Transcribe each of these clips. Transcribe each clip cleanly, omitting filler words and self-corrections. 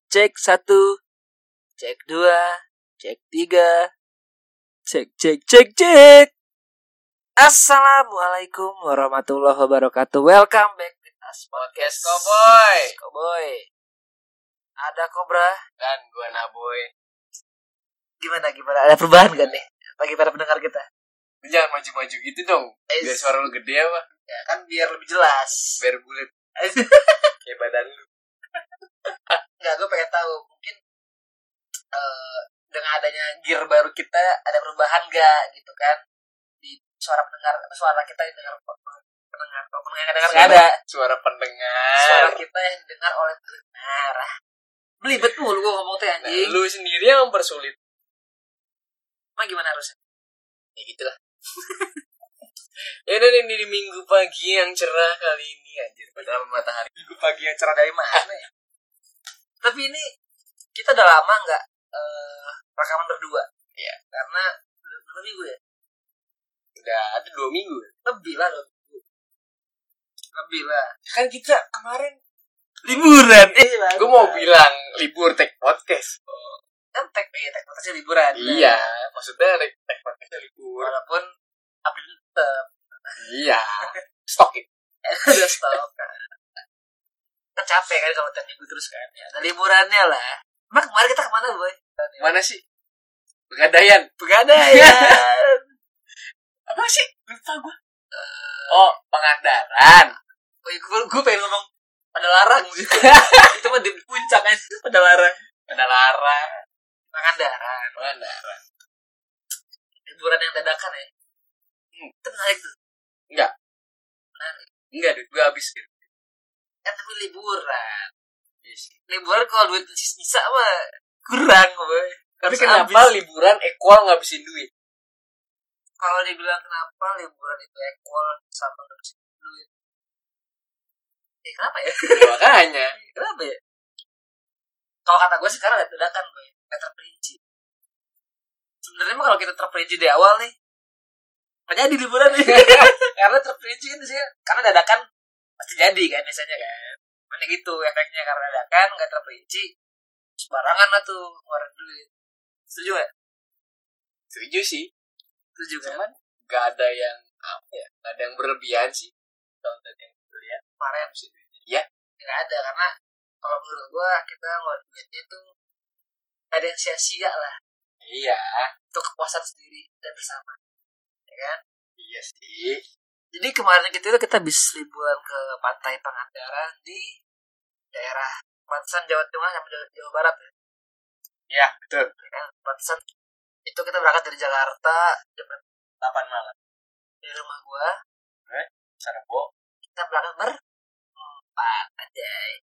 Cek 1, cek 2, cek 3, cek. Assalamualaikum warahmatullahi wabarakatuh. Welcome back with us podcast Koboy. Ada Kobra dan gua Naboy. Gimana? Ada perubahan kan nih bagi para pendengar kita? Lu jangan maju-maju gitu dong. Biar suara lu gede apa? Ya kan biar lebih jelas. Biar bulat. Kayak badan lu. Enggak, gue pengen tahu mungkin dengan adanya gear baru kita ada perubahan gak gitu kan di suara pendengar atau suara kita yang dengar pendengar nggak ada suara pendengar. Suara kita yang didengar oleh pendengar. Belibet mulu gue ngomong teh anjing. Lu sendiri yang mempersulit. Emang gimana harusnya? Ya gitulah. Ya dan ini di minggu pagi yang cerah kali ini anjir. Padahal matahari. Minggu pagi yang cerah dari mana ya? Tapi ini kita udah lama nggak rekaman berdua. Iya. Karena berapa minggu ya? Udah ada 2 minggu. Lebih lah. Kan kita kemarin liburan. Gue mau bilang libur take podcast. Kan take podcastnya liburan. Iya. Maksudnya take podcastnya libur. Walaupun update tetap. Iya. Stok it. Udah stok kan capek kan kalau tiap minggu terus kan ya, ada liburannya lah. Emang kemarin kita kemana boy? Mana sih? Pegadaian. Apa sih? Lupa gue. Oh, Pangandaran. Oh, gue pengen ngomong pada larang gitu. Itu mah di puncak kan pada larang. Pangandaran. Liburan yang dadakan ya. Itu menarik tuh. Enggak, duit gue habis gitu. Kan tapi liburan. Yes. Liburan kalau duit sisa mah kurang boy. Tapi kenapa liburan equal ngabisin duit? Kalau dibilang kenapa liburan itu equal sama ngabisin duit? Kenapa ya? Makanya. Kenapa ya? Kalau kata gue sekarang ada dadakan boy, nggak terperinci. Sebenarnya mah kalau kita terperinci di awal nih, nggak jadi liburan nih. Karena terperinci itu sih, karena dadakan pasti jadi kan biasanya kan. Mana gitu efeknya karena dadakan nggak terperinci, sembarangan lah tuh ngeluarin duit. Setuju gak? Setuju sih. Setuju kan? Cuman gak ada yang gak ada yang berlebihan sih. Kalau tadi yang berlebihan kemarin sih. Iya. Gak ada karena kalau menurut gue kita ngeluarin duitnya tuh ada yang sia-sia lah. Iya. Untuk kepuasan sendiri dan bersama. Ya kan? Iya sih. Jadi kemarin kita habis liburan ke pantai Pangandaran di daerah Pantesan Jawa Tengah sama Jawa Barat ya. Iya, betul. Ya, Pantesan itu kita berangkat dari Jakarta jam 8 malam. Dari rumah gua. Sarbo. Kita berangkat berempat aja.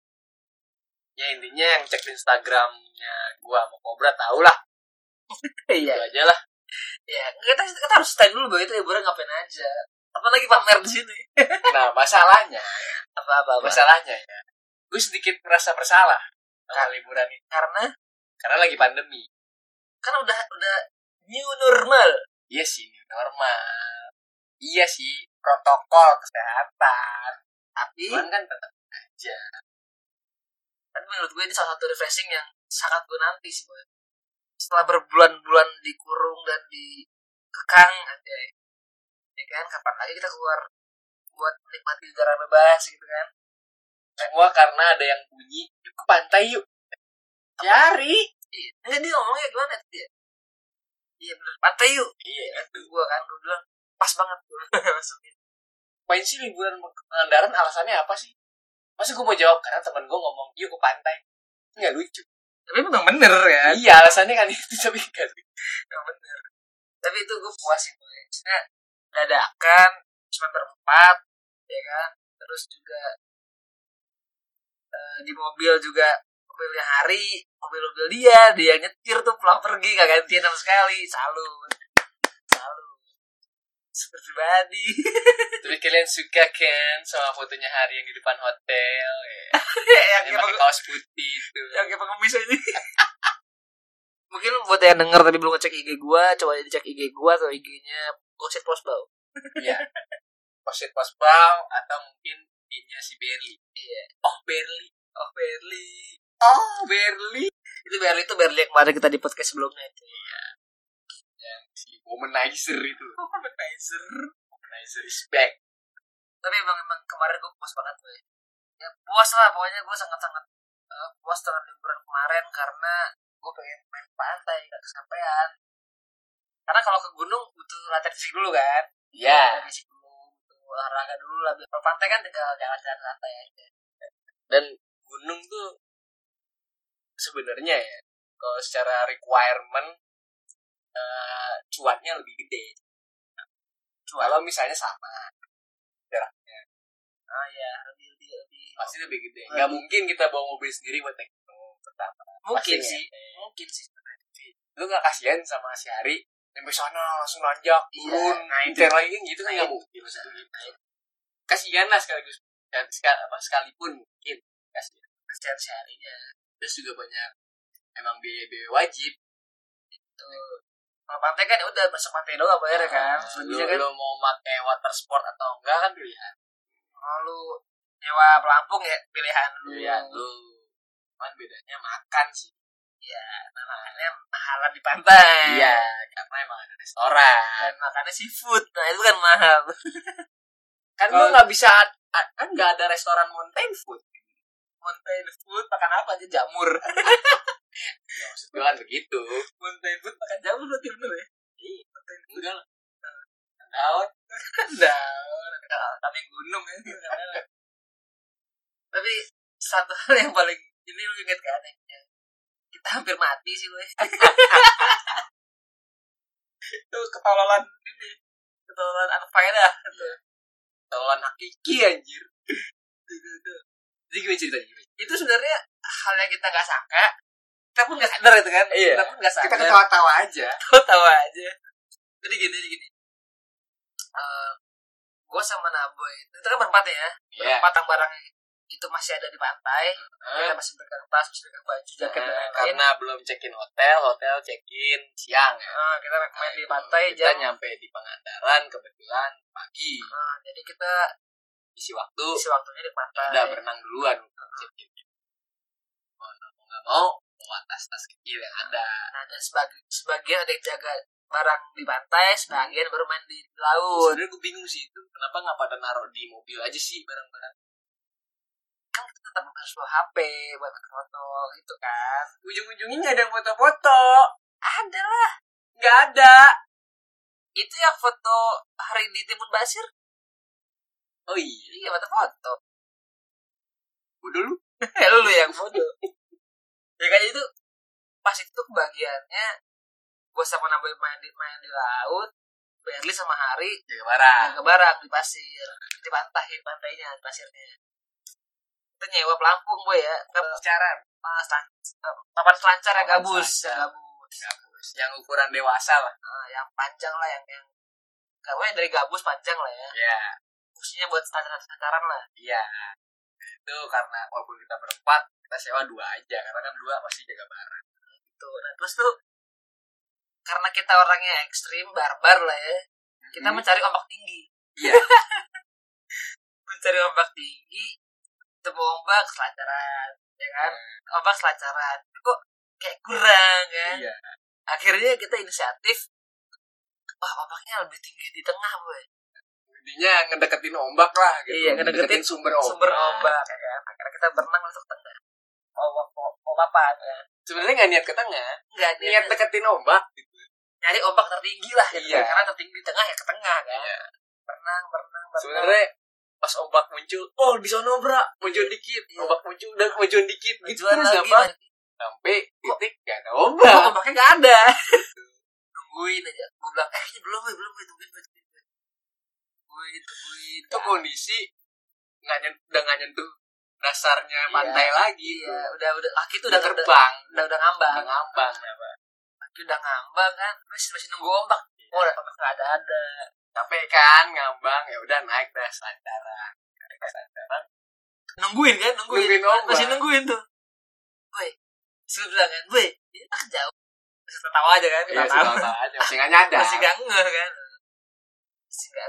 Ya intinya yang cek di Instagramnya gua sama Kobra tau lah. Iya. Itu aja lah. Ya, kita harus stay dulu bahwa itu liburan ngapain aja. Apalagi pamer di sini. Nah, masalahnya apa? Masalahnya ya. Gue sedikit merasa bersalah sama liburan ini karena lagi pandemi. Kan udah new normal. Iya sih, new normal. Iya sih, protokol kesehatan. Tapi kan tetap aja. Tapi menurut gue ini salah satu refreshing yang sangat gue nanti sih, boy. Setelah berbulan-bulan dikurung dan dikekang aja. Ya kan, kapan lagi kita keluar buat menikmati udara bebas gitu kan. Semua karena ada yang bunyi, yuk ke pantai yuk. Cari. Enggak, dia ngomongnya gimana dia? Iya bener, pantai yuk. Iya itu gue bilang pas banget gue. Main sih liburan ke Pangandaran alasannya apa sih? Masa gue mau jawab karena temen gue ngomong yuk ke pantai. Nggak lucu. Tapi memang bener ya. Iya alasannya kan itu, tapi nggak lucu. Memang bener. Tapi itu gue puas sih boy. Maksudnya dadakan cuma berempat ya kan. Terus juga di mobil juga mobilnya Hari, mobil dia yang nyetir tuh pulang pergi gak gantian sama sekali. Salut super pribadi. Tapi kalian suka kan sama fotonya Hari yang di depan hotel yang pakai kaos putih itu yang kayak pengemis aja. Mungkin buat yang denger tapi belum ngecek IG gua, coba dicek IG gua atau IG-nya Posit Posbau. Iya. Posit Posbau atau mungkin IG-nya si Berli. Iya. Oh Berli. Oh, Berli. Itu Berli yang kemarin kita di podcast sebelumnya itu. Iya. Yang si womanizer itu. Womanizer is back. Tapi emang kemarin gue puas banget gue. Ya puas lah, pokoknya gue sangat-sangat puas dengan liburan kemarin karena gue pengen main pantai gak kesampaian. Karena kalau ke gunung butuh latihan fisik dulu kan. Iya. Fisik dulu, butuh olahraga dulu lah. Kalau pantai kan tinggal jalan-jalan santai aja. Dan gunung tuh sebenarnya ya, kalau secara requirement cuannya lebih gede. Kalau misalnya sama jaraknya. Ah ya, lebih pasti lebih gede. Nggak mungkin kita bawa mobil sendiri buat naik gunung pertama. Mungkin Mungkin sih. Lu nggak kasihan sama si Hari sampai sana langsung nanjak turun, ntar lagi kan gitu kan nggak mungkin. Kasihan lah sekaligus. Sekalipun mungkin kasihan si Harinya. Terus juga banyak emang biaya wajib. Itu kalau pantai kan ya udah masuk pantai doang bayar kan. Lu mau pakai water sport atau enggak kan pilihan. Lu nyewa pelampung ya pilihan lu. Cuman bedanya makan sih. Ya, makannya mahalan di pantai. Iya, karena emang ada restoran. Dan makannya seafood. Nah, itu kan mahal. Kan lu nggak bisa, kan nggak ada restoran mountain food. Mountain food makan apa aja? Jamur. Ya, maksud gue kan begitu. Mountain food makan jamur berarti bener ya? Iya, enggak lah. Daun. Kami gunung ya. Tapi satu hal yang paling ini lu inget kan yang kita hampir mati sih weh. Itu ketololan anak faedah itu. Ketololan hakiki anjir. Jadi gimana ceritanya? Itu sebenarnya hal yang kita nggak sangka. Kita pun nggak sadar itu kan. Iya. Kita pun nggak sadar. Kita ketawa-tawa aja. Jadi gini. Gue sama Naboy itu kan berempat ya. Berempat yang barang itu masih ada di pantai. Kita masih pegang tas, masih pegang baju, jaket dan lain-lain. Karena belum check-in hotel check-in siang ya. Kita main di pantai kita nyampe di Pangandaran kebetulan pagi. Jadi kita isi waktunya di pantai. Udah berenang duluan check-in. Mau nggak mau bawa tas-tas kecil yang ada. Nah, dan sebagian ada yang jaga barang di pantai, sebagian baru main di laut. Sebenarnya gue bingung sih itu. Kenapa nggak pada naruh di mobil aja sih barang-barang? Kan kita tetap harus bawa HP buat foto gitu kan. Ujung-ujungnya nggak ada yang foto-foto. Ada lah. Nggak ada. Itu yang foto hari di Timun Basir. Oh iya. Iya, foto. Bodoh lu. Lu yang foto. Ya kan itu pas itu kebagiannya gue sama Naboy main di laut, Berli sama Hari jaga barang di pasir, di pantainya, di pasirnya. Kita nyewa pelampung boy ya, papan selancar yang gabus. Yang ukuran dewasa lah. Yang panjang lah, yang kayaknya dari gabus panjang lah ya. Iya. Fungsinya buat selancaran lah. Iya. Itu karena walaupun kita berempat, kita sewa 2 aja karena kan 2 pasti jaga barang. Gitu. Nah, terus tuh karena kita orangnya ekstrim, barbar lah ya. Kita mencari ombak tinggi. Iya. Mencari ombak tinggi, ketemu ombak selancaran, ya kan? Ombak selancaran. Kok kayak kurang kan? Iya. Akhirnya kita inisiatif, ombaknya lebih tinggi di tengah, boy. Intinya ngedeketin ombak lah gitu. Iya, ngedeketin sumber ombak ya kan. Akhirnya kita berenang masuk tengah. Ombak kan. Sebenarnya nggak niat ke tengah, niat deketin ombak gitu. Nyari ombak tertinggi lah gitu. Iya. Karena tertinggi di tengah ya ke tengah kan. Iya. Berenang. Sebenarnya pas ombak muncul, di sono bra, muncul dikit. Iya. Ombak muncul udah muncul dikit. Gitu terus apa? Sampai titik gak ada ombak. Ombaknya gak ada. Nungguin aja. Gue bilang, ini belum tungguin. Tungguin. Itu kondisi udah nggak nyentuh dasarnya pantai lagi. Iya, udah kaki tuh udah terbang. Udah ngambang. Ya, Pak. Kaki udah ngambang kan. Masih nunggu ombak. Udah ombak enggak ada. Capek kan ngambang, ya udah naik dah selancaran. Nungguin ombak. Masih nungguin tuh. Woi. Sudah bilang kan, "Woi, ini tak jauh." Masih ketawa aja kan. Iya, ketawa aja. Masih enggak nyadar. Masih enggak ngeh kan.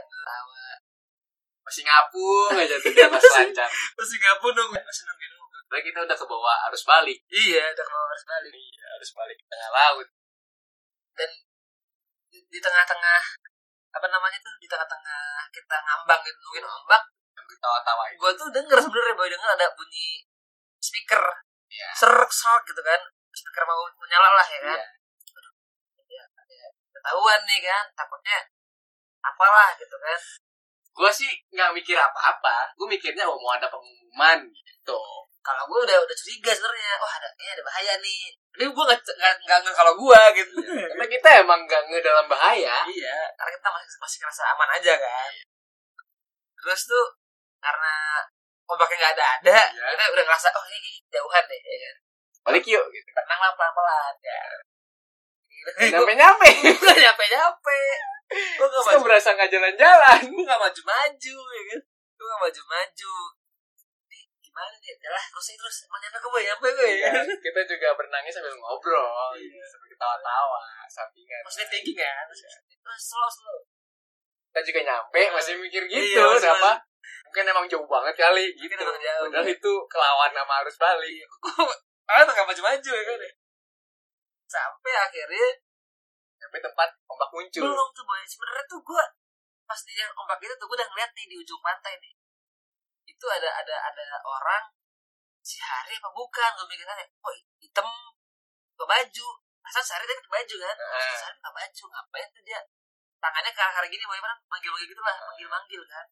Tawa. Masih ngapung aja tuh di atas selancar. Masih ngapung nungguin Berarti kita udah ke bawah arus balik. Iya, udah mau harus balik. Iya, arus balik ke tengah laut. Dan di tengah-tengah apa namanya tuh, di tengah-tengah kita ngambang gitu nungguin ombak, Sambil tawa-tawa itu. gue tuh denger sebenarnya boy, denger ada bunyi speaker Iya. serak gitu kan, speaker mau nyala lah ya kan. Iya. Ada ketahuan nih kan, takutnya apalah gitu kan. Gue sih nggak mikir apa-apa. Gue mikirnya mau ada pengumuman gitu. Kalau gue udah curiga sebenarnya, wah kayaknya ada bahaya nih. Tapi gue nggak kalau gue gitu. Karena kita emang nggak dalam bahaya. Iya, karena kita masih ngerasa aman aja kan. Terus tuh karena ombaknya nggak ada, Iya. kita udah ngerasa oh ini jauhan deh, ya kan. Balik yuk gitu. Tenang lah pelan-pelan ya. Nyampe-nyampe. Gue nyampe. Gue nggak Terus berasa nggak jalan-jalan. gue nggak maju-maju ya kan. Gue nggak maju-maju. Nih gimana nih? Yalah terus emang nyampe gue ya. Iya, kita juga berenangnya sambil ngobrol, gitu, sambil ketawa-tawa, sampingan. Maksudnya thinking kan. Terus slow. Kita juga nyampe, masih mikir gitu, Iya, siapa? Mungkin emang jauh banget kali, gitu. emang jauh. Padahal itu kelawan sama arus balik. Ah nggak maju-maju ya kan. Sampai akhirnya Sampai tempat ombak muncul. belum tuh boy. Sebenarnya tuh gue pas di yang ombak itu tuh gue udah ngeliat nih di ujung pantai nih. Itu ada orang si Hari apa bukan, gue mikirnya oh hitam pakai baju, asal si Hari tadi pakai baju kan, si Hari pakai baju, ngapain tuh dia tangannya ke arah gini boy, mana manggil gitu lah, manggil kan.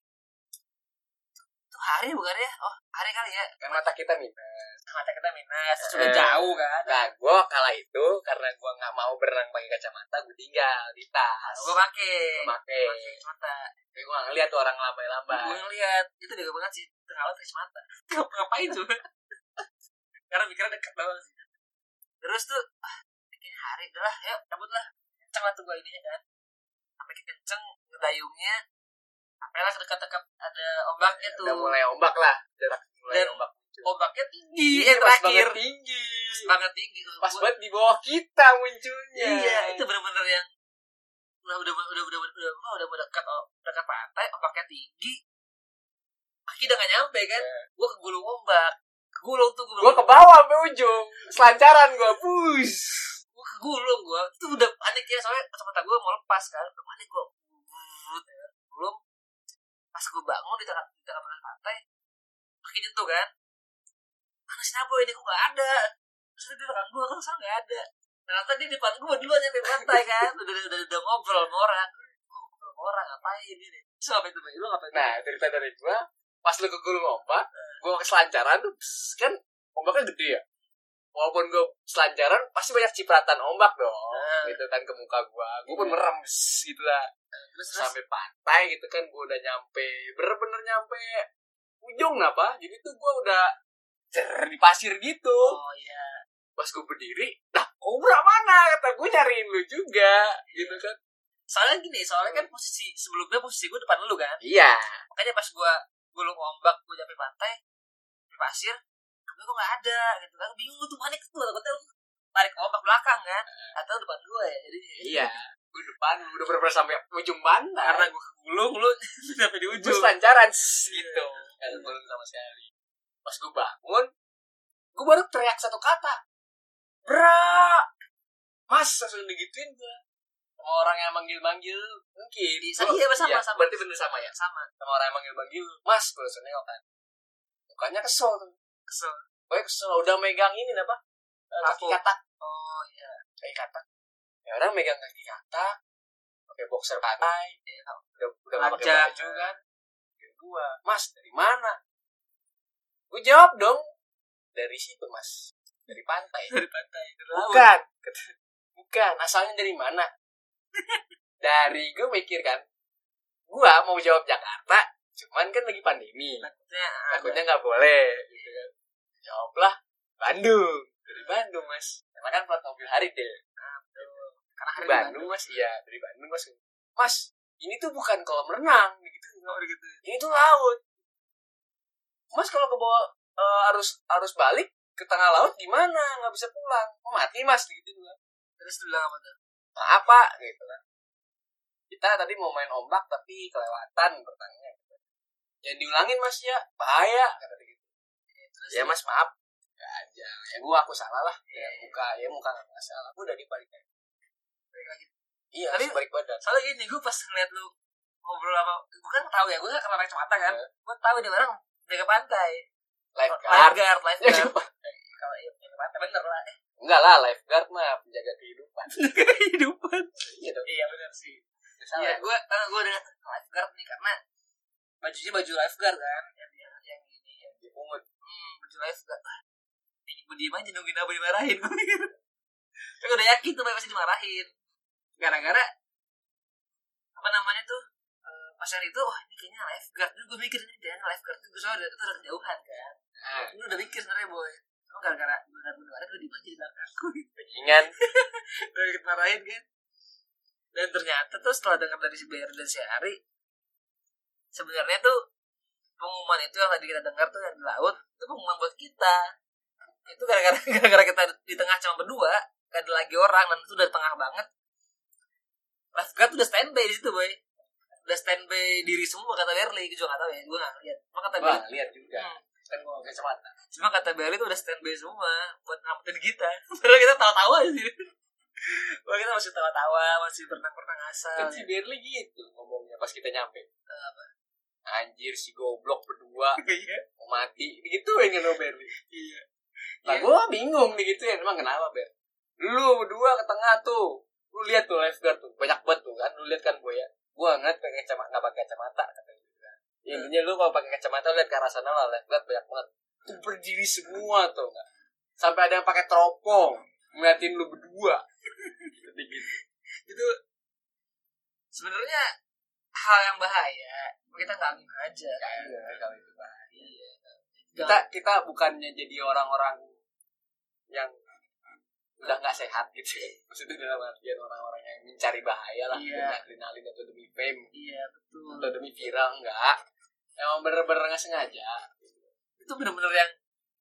Itu Hari bukan ya? Oh Hari kali ya. Kan mata kita minus. Sudah jauh kan. Nah, gue kala itu karena gue nggak mau berenang pakai kacamata, gue tinggal di tas. Gue pakai kacamata. Tapi gue nggak ngeliat tuh orang lambai-lambai. Gue ngeliat itu juga banget sih, tengah laut kacamata. Ngapain tuh? Karena mikirnya dekat banget sih. Terus tuh kayaknya Hari udah lah, ayo cabut lah. Kenceng lah tuh gue ininya kan. Sampai kenceng ngedayungnya. Sampai lah dekat-dekat ada ombaknya tuh. Udah mulai ombak lah. Mulai Dan ombak. ombaknya tinggi, Pas terakhir. banget tinggi. Banget tinggi. Pas banget di bawah kita munculnya. Iya, itu benar-benar yang udah dekat pantai, ombaknya tinggi. Kaki udah gak nyampe kan. Gue kegulung ombak. Kegulung tuh Gue ke bawah sampai ujung. Selancaran gue push. Gue kegulung gue. Itu udah panik ya, soalnya kacamata gue mau lepas kan. Udah panik gue. Belum. Pas gue bangun di tengah pantai, kaki nyentuh kan. Mana si Nabo ini kok gak ada. Terus dia belakang gue kan sekarang gak ada. Ternyata dia di depan gue duluan nyampe pantai kan. Udah ngobrol sama orang. Ngobrol sama orang ngapain ini. Terus ngapain tuh? Lu ngapain? Nah, cerita dari gue, pas lu kegulung ombak, gue selancaran tuh, kan ombaknya gede ya. Walaupun gue selancaran, pasti banyak cipratan ombak dong. Gitu kan ke muka gue. Gue pun merem gitu lah. Terus sampai pantai gitu kan, gue udah nyampe, bener-bener nyampe ujung apa. Jadi tuh gue udah di pasir gitu. Oh iya. Pas gue berdiri, nah kobra mana? Kata gue nyariin lu juga, gitu kan. Soalnya kan sebelumnya posisi gue depan lu kan. Iya. Makanya pas gue gulung ombak, gue nyampe pantai, di pasir, tapi gue gak ada gitu kan. Bingung gue tuh, panik tuh. Takutnya lu tarik ombak belakang kan. Atau depan gue ya. Jadi iya. Gue depan, udah bener-bener sampai ujung pantai. Karena gue kegulung, lu sampai di ujung. Gue selancaran gitu. Gak kegulung sama sekali. Pas gue bangun, gue baru teriak satu kata. Bra! Mas, langsung digituin gue. Sama orang yang manggil-manggil, mungkin. Iya, sama. Berarti bener sama ya? Sama. Sama orang yang manggil-manggil. Mas, gue langsung nengok kan. Mukanya kesel tuh. Pokoknya kesel. Udah megang ini apa? Kaki katak. Oh iya. Kaki katak. Ya orang megang kaki katak. Pakai boxer pantai. Udah gak pakai baju kan. Gue, Mas, dari mana? Gue jawab dong. Dari situ, Mas. Dari pantai. Bukan. Asalnya dari mana? Dari gue mikir kan. Gue mau jawab Jakarta. Cuman kan lagi pandemi. Takutnya gak boleh. Gitu kan. Jawablah Bandung. Dari Bandung, Mas. Karena kan plat mobil Hari deh. Karena Dari Bandung, Mas. Iya, dari Bandung, Mas. Mas, ini tuh bukan kolam renang. Gitu. Ini tuh laut. Mas kalau ke bawah arus balik ke tengah laut gimana? Nggak bisa pulang. Oh, mati Mas gitu dulu. Terus lu bilang apa tuh? Apa gitu kan? Kita tadi mau main ombak tapi kelewatan bertanya. Gitu. Jangan diulangin Mas ya, bahaya kata gitu. Terus ya Mas maaf, aja. Ya aku salah lah. Ya muka nggak salah. Gue udah dibalik lagi. Iya, tapi balik badan. Soalnya gini, gue pas ngeliat lu ngobrol apa, gue kan tahu ya, gue gak kenal kacamata kan. Gue tahu dia orang jaga pantai. Lifeguard. Kalau iya jaga pantai bener lah. Enggak lah, lifeguard mah penjaga kehidupan. Gitu. Iya benar sih. Iya, gue dengan lifeguard nih karena bajunya baju lifeguard kan, yang ini yang dipungut. Baju lifeguard. Gue diem aja nungguin apa dimarahin gue mikir. Tapi udah yakin tuh pasti dimarahin. Gara-gara apa namanya tuh pasar itu, ini kayaknya lifeguard. Dulu gue mikir ini dia lifeguard juga soalnya itu udah kejauhan kan. Ini udah mikir sebenarnya boy. Cuma gara-gara gue diem aja di belakangku. Pengingan. Udah dimarahin kan. Dan ternyata tuh setelah dengar dari si BR dan si Ari, sebenarnya tuh pengumuman itu yang tadi kita dengar tuh yang di laut itu pengumuman buat kita. Itu gara-gara kita di tengah cuma berdua, gak ada lagi orang dan itu udah tengah banget. Lifeguard udah standby di situ boy, udah standby diri semua kata Berli. Gue juga gak tahu ya, gue gak lihat. Cuma kata Berli lihat juga. Kan gue gak kacamata. Cuma kata Berli itu udah standby semua buat ngamatin kita. Padahal kita tawa-tawa aja sih. Wah, kita masih tawa-tawa, masih berenang-berenang asal. Kan si Berli gitu ngomongnya pas kita nyampe. Apa? Anjir si goblok berdua mau mati. Digituin kan Berli. Iya. Nah gue bingung digituin. Emang kenapa Ber? Lu berdua ke tengah tuh. Lu lihat tuh lifeguard tuh banyak banget tuh kan. Lu lihat kan gue ya. Gue ngeliat pakai kacamata, nggak pakai kacamata katanya gitu kan. Intinya lu kalau pakai kacamata lihat ke arah sana lah, lifeguard banyak banget. Tuh berdiri semua tuh kan. Sampai ada yang pakai teropong ngeliatin lu berdua. Gitu. Itu sebenarnya hal yang bahaya. Kita nggak ngeh aja. Kalau itu bahaya. Kita bukannya jadi orang-orang yang udah nggak sehat gitu ya. Maksudnya dalam artian orang-orang yang mencari bahaya lah, demi adrenalin atau demi fame, betul, atau demi viral, enggak. Emang bener-bener nggak sengaja. Itu bener-bener yang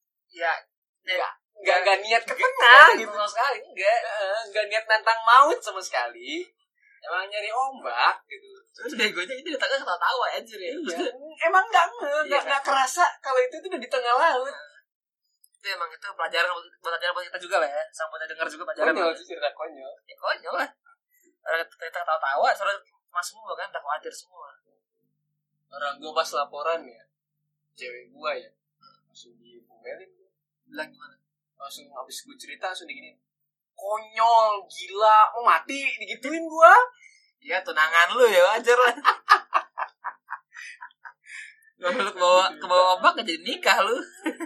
nggak niat ke tengah gitu sama sekali, nggak niat nantang maut sama sekali. Emang nyari ombak gitu. Terus begonya itu di tengah ketawa aja ya. Emang nggak kerasa kalau itu udah di tengah laut. Itu emang itu pelajaran buat kita juga lah ya, sama buat denger juga pelajaran. Konyol sih, cerita konyol. Ya konyol lah. Kita tawa-tawa soalnya mas semua kan udah khawatir semua. Orang gue pas laporan ya, cewek gue ya langsung dibumelin. Bilang gimana? Langsung habis gue cerita langsung diginiin. Konyol, gila, mau mati digituin gue. Ya tunangan lu ya wajar lah. Kalau lu ke bawah ombak jadi nikah lu.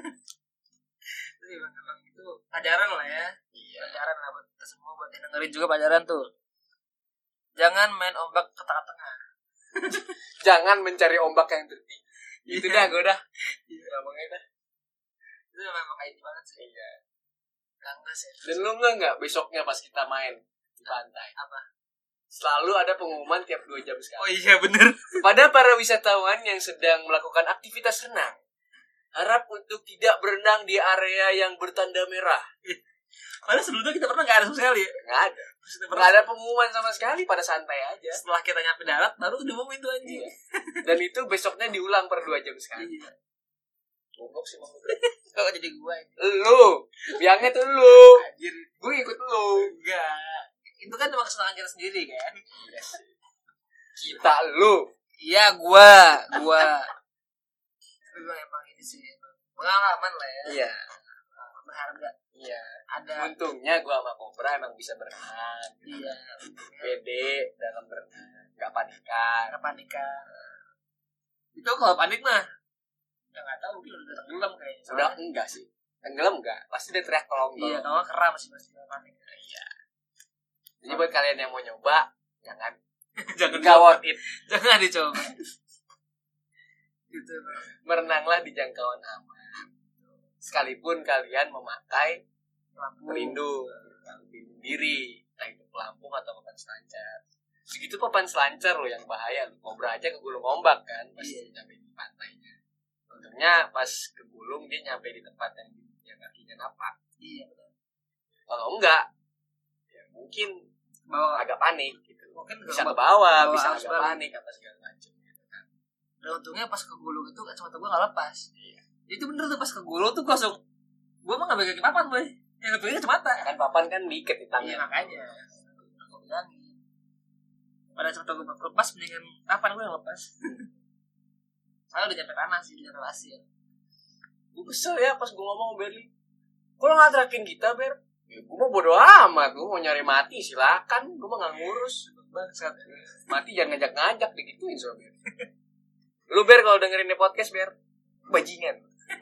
Emang itu pelajaran lah ya. Pelajaran lah buat kita semua, buat yang dengerin juga pelajaran tuh. Jangan main ombak ke tengah-tengah. Jangan mencari ombak yang tertinggi. Itu dah gue dah. Ngomongnya dah. Itu memang kayak banget sih. Iya. Enggak sih. Dan lu enggak besoknya pas kita main di pantai. Apa? Selalu ada pengumuman tiap 2 jam sekali. Oh iya bener. Kepada para wisatawan yang sedang melakukan aktivitas renang, harap untuk tidak berenang di area yang bertanda merah. Padahal sebelumnya kita pernah gak ada sama sekali ya? Gak ada. Gak ada pengumuman sama sekali, pada santai aja. Setelah kita nyampe darat, baru diumumin tuh anjing. Dan itu besoknya diulang per 2 jam sekali. Iya. Goblok sih mau. Kok jadi gue? Lu, biangnya tuh lu. Anjir. Gue ikut lu. Enggak. Itu kan emang kesenangan kita sendiri kan? Kita lu. Iya, gua. Emang ini sih pengalaman lah ya. Iya. Berharga. Iya. Ada. Untungnya gua sama Cobra emang bisa berenang. Iya. Pede dalam berenang. Gak panikan. Itu kalau panik mah ya nggak tahu, mungkin udah tenggelam kayaknya. Udah enggak sih. Tenggelam enggak? Pasti dia teriak tolong. Iya, kalau keram masih panik. Iya. Jadi buat kalian yang mau nyoba, jangan worth it. Jangan dicoba. Gitu. Merenanglah di jangkauan aman. Sekalipun kalian memakai pelindung diri, entah itu pelampung atau papan selancar. Segitu papan selancar loh yang bahaya. Cobra aja kegulung ombak kan pas nyampe di pantainya. Untungnya pas kegulung dia nyampe di tempat yang kakinya napak. Iya betul. Kalau enggak, ya mungkin agak panik gitu. Mungkin bisa ke bawah, bisa agak panik apa segala macam gitu kan. Dan untungnya pas kegulung itu kacamata gue gak lepas. Iya. Itu bener tuh pas kegulung tuh langsung Gue mah gak pegang papan boy. Yang pegang kacamata. Kan papan kan diikat di Iya tangan. makanya. Gue bilangin. Pada saat gue lepas mendingan papan gue yang lepas. Soalnya udah nyampe tanah sih, udah nyampe pasir. Gue kesel ya pas gue ngomong sama Berli. Kok lo gak terakin kita, Ber? Ya, gue mah bodo amat. Gue mau nyari mati, silakan. Gue mah gak ngurus. Bangsat. Mati jangan ngajak-ngajak, digituin sama Ber. Lu, Ber, kalau dengerin ini podcast, Ber, bajingan.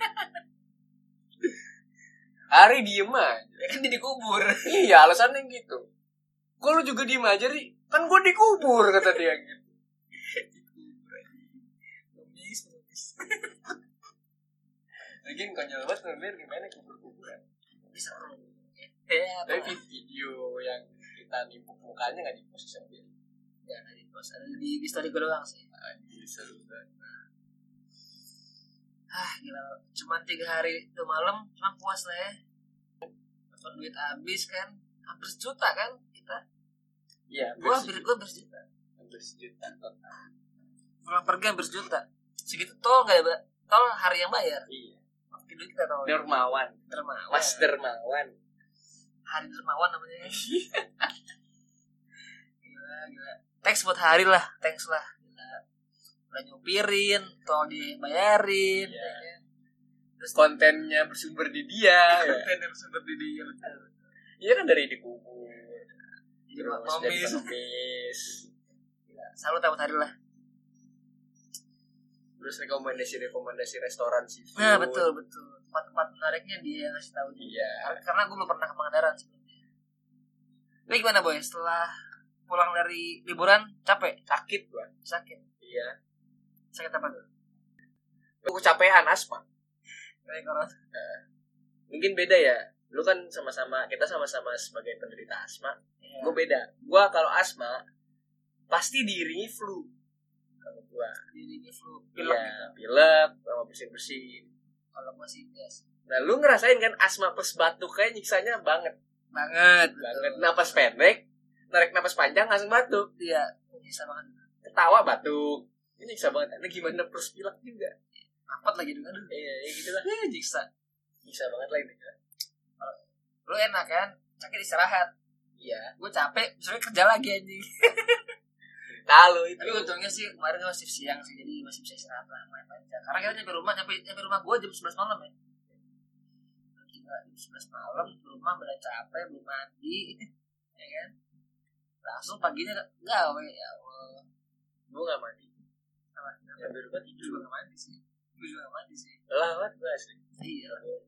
Hari diem aja. Ya kan dia dikubur. Iya, alasannya gitu. Kok lu juga diem aja, Ri? Kan gue dikubur, kata dia gitu. Numis. Lagian konyol banget, Ber, gimana kubur-kuburan. Bisa seru. Ya, Tapi video yang kita nimpuk mukanya gak di-post sama dia. ya nggak di post, ada di story gue doang sih. Anjir, seru banget. Gila, cuman 3 hari 2 malam cuma puas lah ya. Dapat duit habis kan, hampir sejuta kan kita. Iya, Gue hampir sejuta. hampir sejuta total. Pulang pergi hampir sejuta. Segitu tol nggak ya, tol hari yang bayar. Iya. Waktu dulu kita tol. Dermawan. Dermawan. Mas Dermawan. Hari Dermawan namanya. Gila. Thanks buat hari lah, thanks lah. Gila. Udah nyupirin, tol dibayarin. Iya. Ya kan? Terus Kontennya bersumber di dia. Ya. konten yang seperti dia betul. Iya kan dari dikubur. Jadi Terus momis. dari pengemis. Selalu tahu hari lah. Terus rekomendasi restoran seafood. Nah betul. Tempat-tempat menariknya dia yang ngasih tahu. Iya. Karena gue belum pernah ke Pangandaran sebelumnya. Lu gimana boy? Setelah pulang dari liburan capek? Sakit gua. Sakit? Iya. Sakit apa tuh? Lu kecapean, asma. Kayak corona. Mungkin beda ya. Lu kan kita sama-sama sebagai penderita asma. Iya. Gue beda. Gue kalau asma pasti diiringi flu. Kalau gue, Dirinya flu, pilek iya, gitu. pilek sama bersin. Kalau gue sih gas. Nah, lu ngerasain kan asma plus batuk kayak nyiksanya banget. Banget. Napas pendek, narik napas panjang langsung batuk. Iya. Bisa banget. Ketawa batuk. Ini nyiksa banget. Nah, gimana plus pilek juga? Apot lagi juga. Aduh. Iya, gitu lah. Jiksa. Nyiksa banget lah ini. Lu enak kan? Sakit istirahat. Iya. Gue capek, besoknya kerja lagi anjing. Kalau itu. Tapi untungnya sih kemarin gue shift siang sih, jadi masih bisa istirahat lah, main aja. Karena kita nyampe rumah gue jam 11 malam ya. Gila, jam 11 malam di rumah udah capek, belum mandi, ya kan? Langsung paginya gawe ya Allah. Gue gak mandi. Apa? Ya, di rumah Gue tidur. juga gak mandi sih. Lawat gue asli. Iya.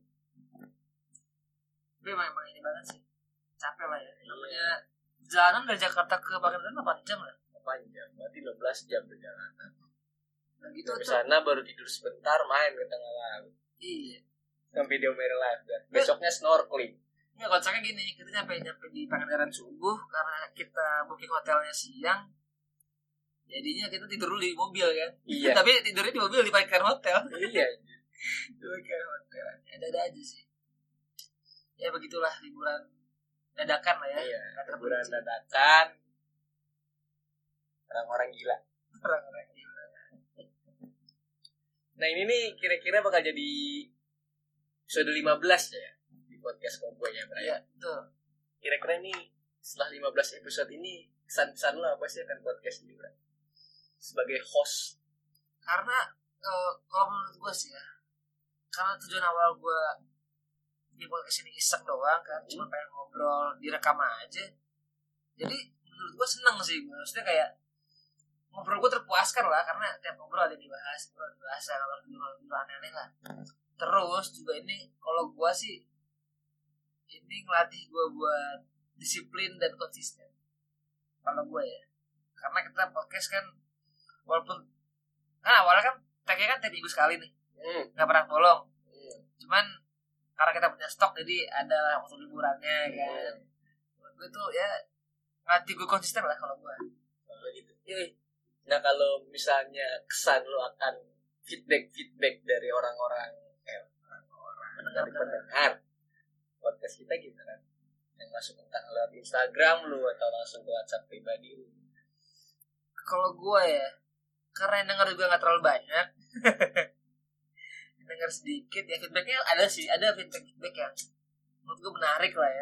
Tapi emang ini banget sih. Capek lah ya. Namanya jalanan dari Jakarta ke Pangandaran 8 jam lah. Panjang, berarti 15 jam perjalanan. Nah gitu Sampai tuh. sana baru tidur sebentar, main ke tengah laut. Iya. Sampai video merah lifeguard. Besoknya snorkeling. Ya konsepnya gini, kita nyampe di Pangandaran subuh karena kita booking hotelnya siang. Jadinya kita tidur dulu di mobil kan. Iya. Tapi tidurnya di mobil di parkiran hotel. Iya. Di parkiran hotel. Ada aja sih. Ya begitulah liburan dadakan lah ya. Iya. Nggak Liburan terprediksi. dadakan. Orang-orang gila. Orang-orang gila. Nah ini nih kira-kira bakal jadi episode 15 ya di podcast Komboy ya, Bray. Iya, betul. Kira-kira ini setelah 15 episode ini kesan-kesan lo apa sih akan podcast ini, Bray? Sebagai host. Karena kalau menurut gue sih ya, karena tujuan awal gue di podcast ini iseng doang kan, cuma pengen ngobrol, direkam aja. Jadi menurut gue seneng sih, maksudnya kayak ngobrol gue terpuaskan lah, karena tiap ngobrol ada yang dibahas, kalau ngobrol aneh-aneh lah. Terus juga ini kalau gue sih ini ngelatih gue buat disiplin dan konsisten. Kalau gue ya, karena kita podcast kan walaupun awalnya kan tagnya kan tiap minggu sekali nih, nggak pernah bolong. Cuman karena kita punya stok jadi ada waktu liburannya kan. Menurut gue tuh ya ngelatih gue konsisten lah kalau gue. Kalau gitu. Nah kalau misalnya kesan lo akan feedback dari orang-orang dari pendengar podcast kita gitu kan, yang masuk entah lewat Instagram lu atau langsung ke WhatsApp pribadi lu. Kalau gue ya, karena yang denger juga nggak terlalu banyak. dengar sedikit ya, feedbacknya ada sih, ada feedback yang menurut gue menarik lah.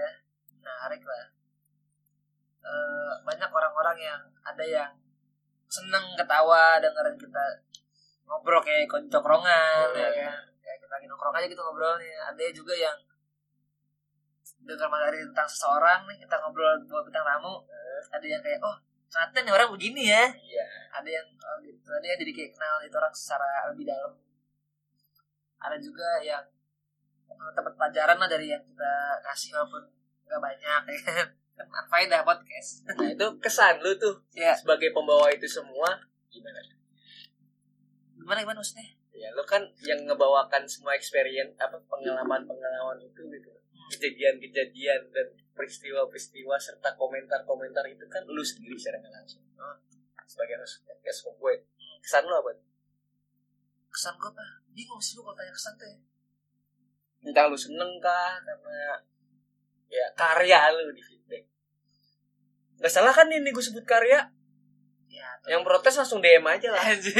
Banyak orang-orang yang ada yang seneng ketawa dengerin kita ngobrol kayak congkrongan ya kan, kayak kita lagi nongkrong aja gitu ngobrolnya. Ada juga yang dengar materi tentang seseorang nih, kita ngobrol bawa bintang tamu, ada yang kayak oh ternyata nih orang begini ya. Ada yang gitu, ada yang jadi kayak kenal itu orang secara lebih dalam. Ada juga yang dapat pelajaran lah dari yang kita kasih walaupun gak banyak ya kan. Faedah podcast. Nah itu kesan lu tuh sebagai pembawa itu semua gimana maksudnya? Ya lu kan yang ngebawakan semua experience pengalaman itu gitu. Kejadian dan peristiwa serta komentar itu kan lu sendiri secara langsung. Sebagai host podcast gue. Kesan lu apa? Kesan gue apa? Bingung sih lu kalau tanya kesan tuh ya. Entah lu seneng kah karena ya karya lu di feedback. Gak salah kan ini gue sebut karya. Ya, yang protes langsung DM aja lah.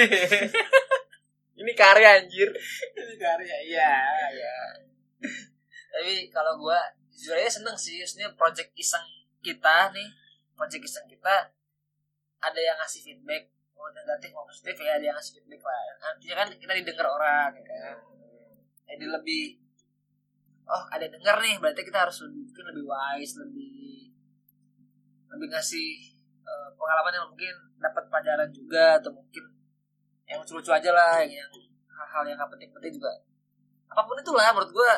Ini karya anjir. Ini karya, iya. Tapi kalau gue jujur aja seneng sih. Maksudnya project iseng kita ada yang ngasih feedback, mau negatif mau positif ya, ada yang ngasih feedback lah. Artinya kan kita didengar orang ya kan. Jadi lebih ada yang denger nih, berarti kita harus lebih wise, lebih ngasih pengalaman yang mungkin dapat pelajaran juga, atau mungkin yang lucu-lucu aja lah, yang hal-hal yang gak penting-penting juga. Apapun itulah menurut gue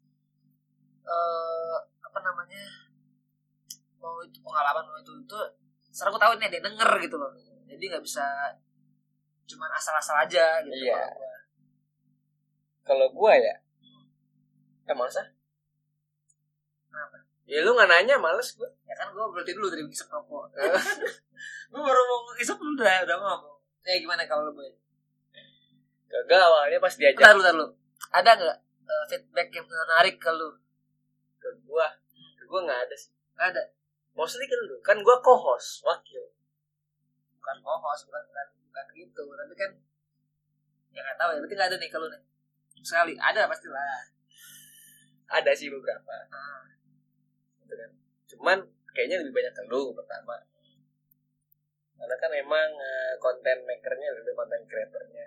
mau itu pengalaman, mau itu sekarang gue tahu ini ada yang denger gitu loh. Jadi gak bisa cuman asal-asal aja gitu. Iya. Kalau gue ya masa? Kenapa? Ya lu gak nanya, males gue. Ya kan gue berarti dulu dari ngisep rokok. Gue baru mau ngisep lu udah ngomong. Ya gimana kalau lu boy? Gak, awalnya pas diajak. Bentar lu. Ada gak feedback yang menarik ke lu? Ke gue gak ada sih. Gak ada? Mostly ke lu. Kan gue co-host, wakil. Bukan co-host, bukan gitu. Tapi kan ya gak tahu ya, berarti gak ada nih kalau nih. Sekali, ada pastilah. Ada sih beberapa. Gitu kan. Cuman kayaknya lebih banyak ke lu pertama. Karena kan emang content makernya lebih content creatornya.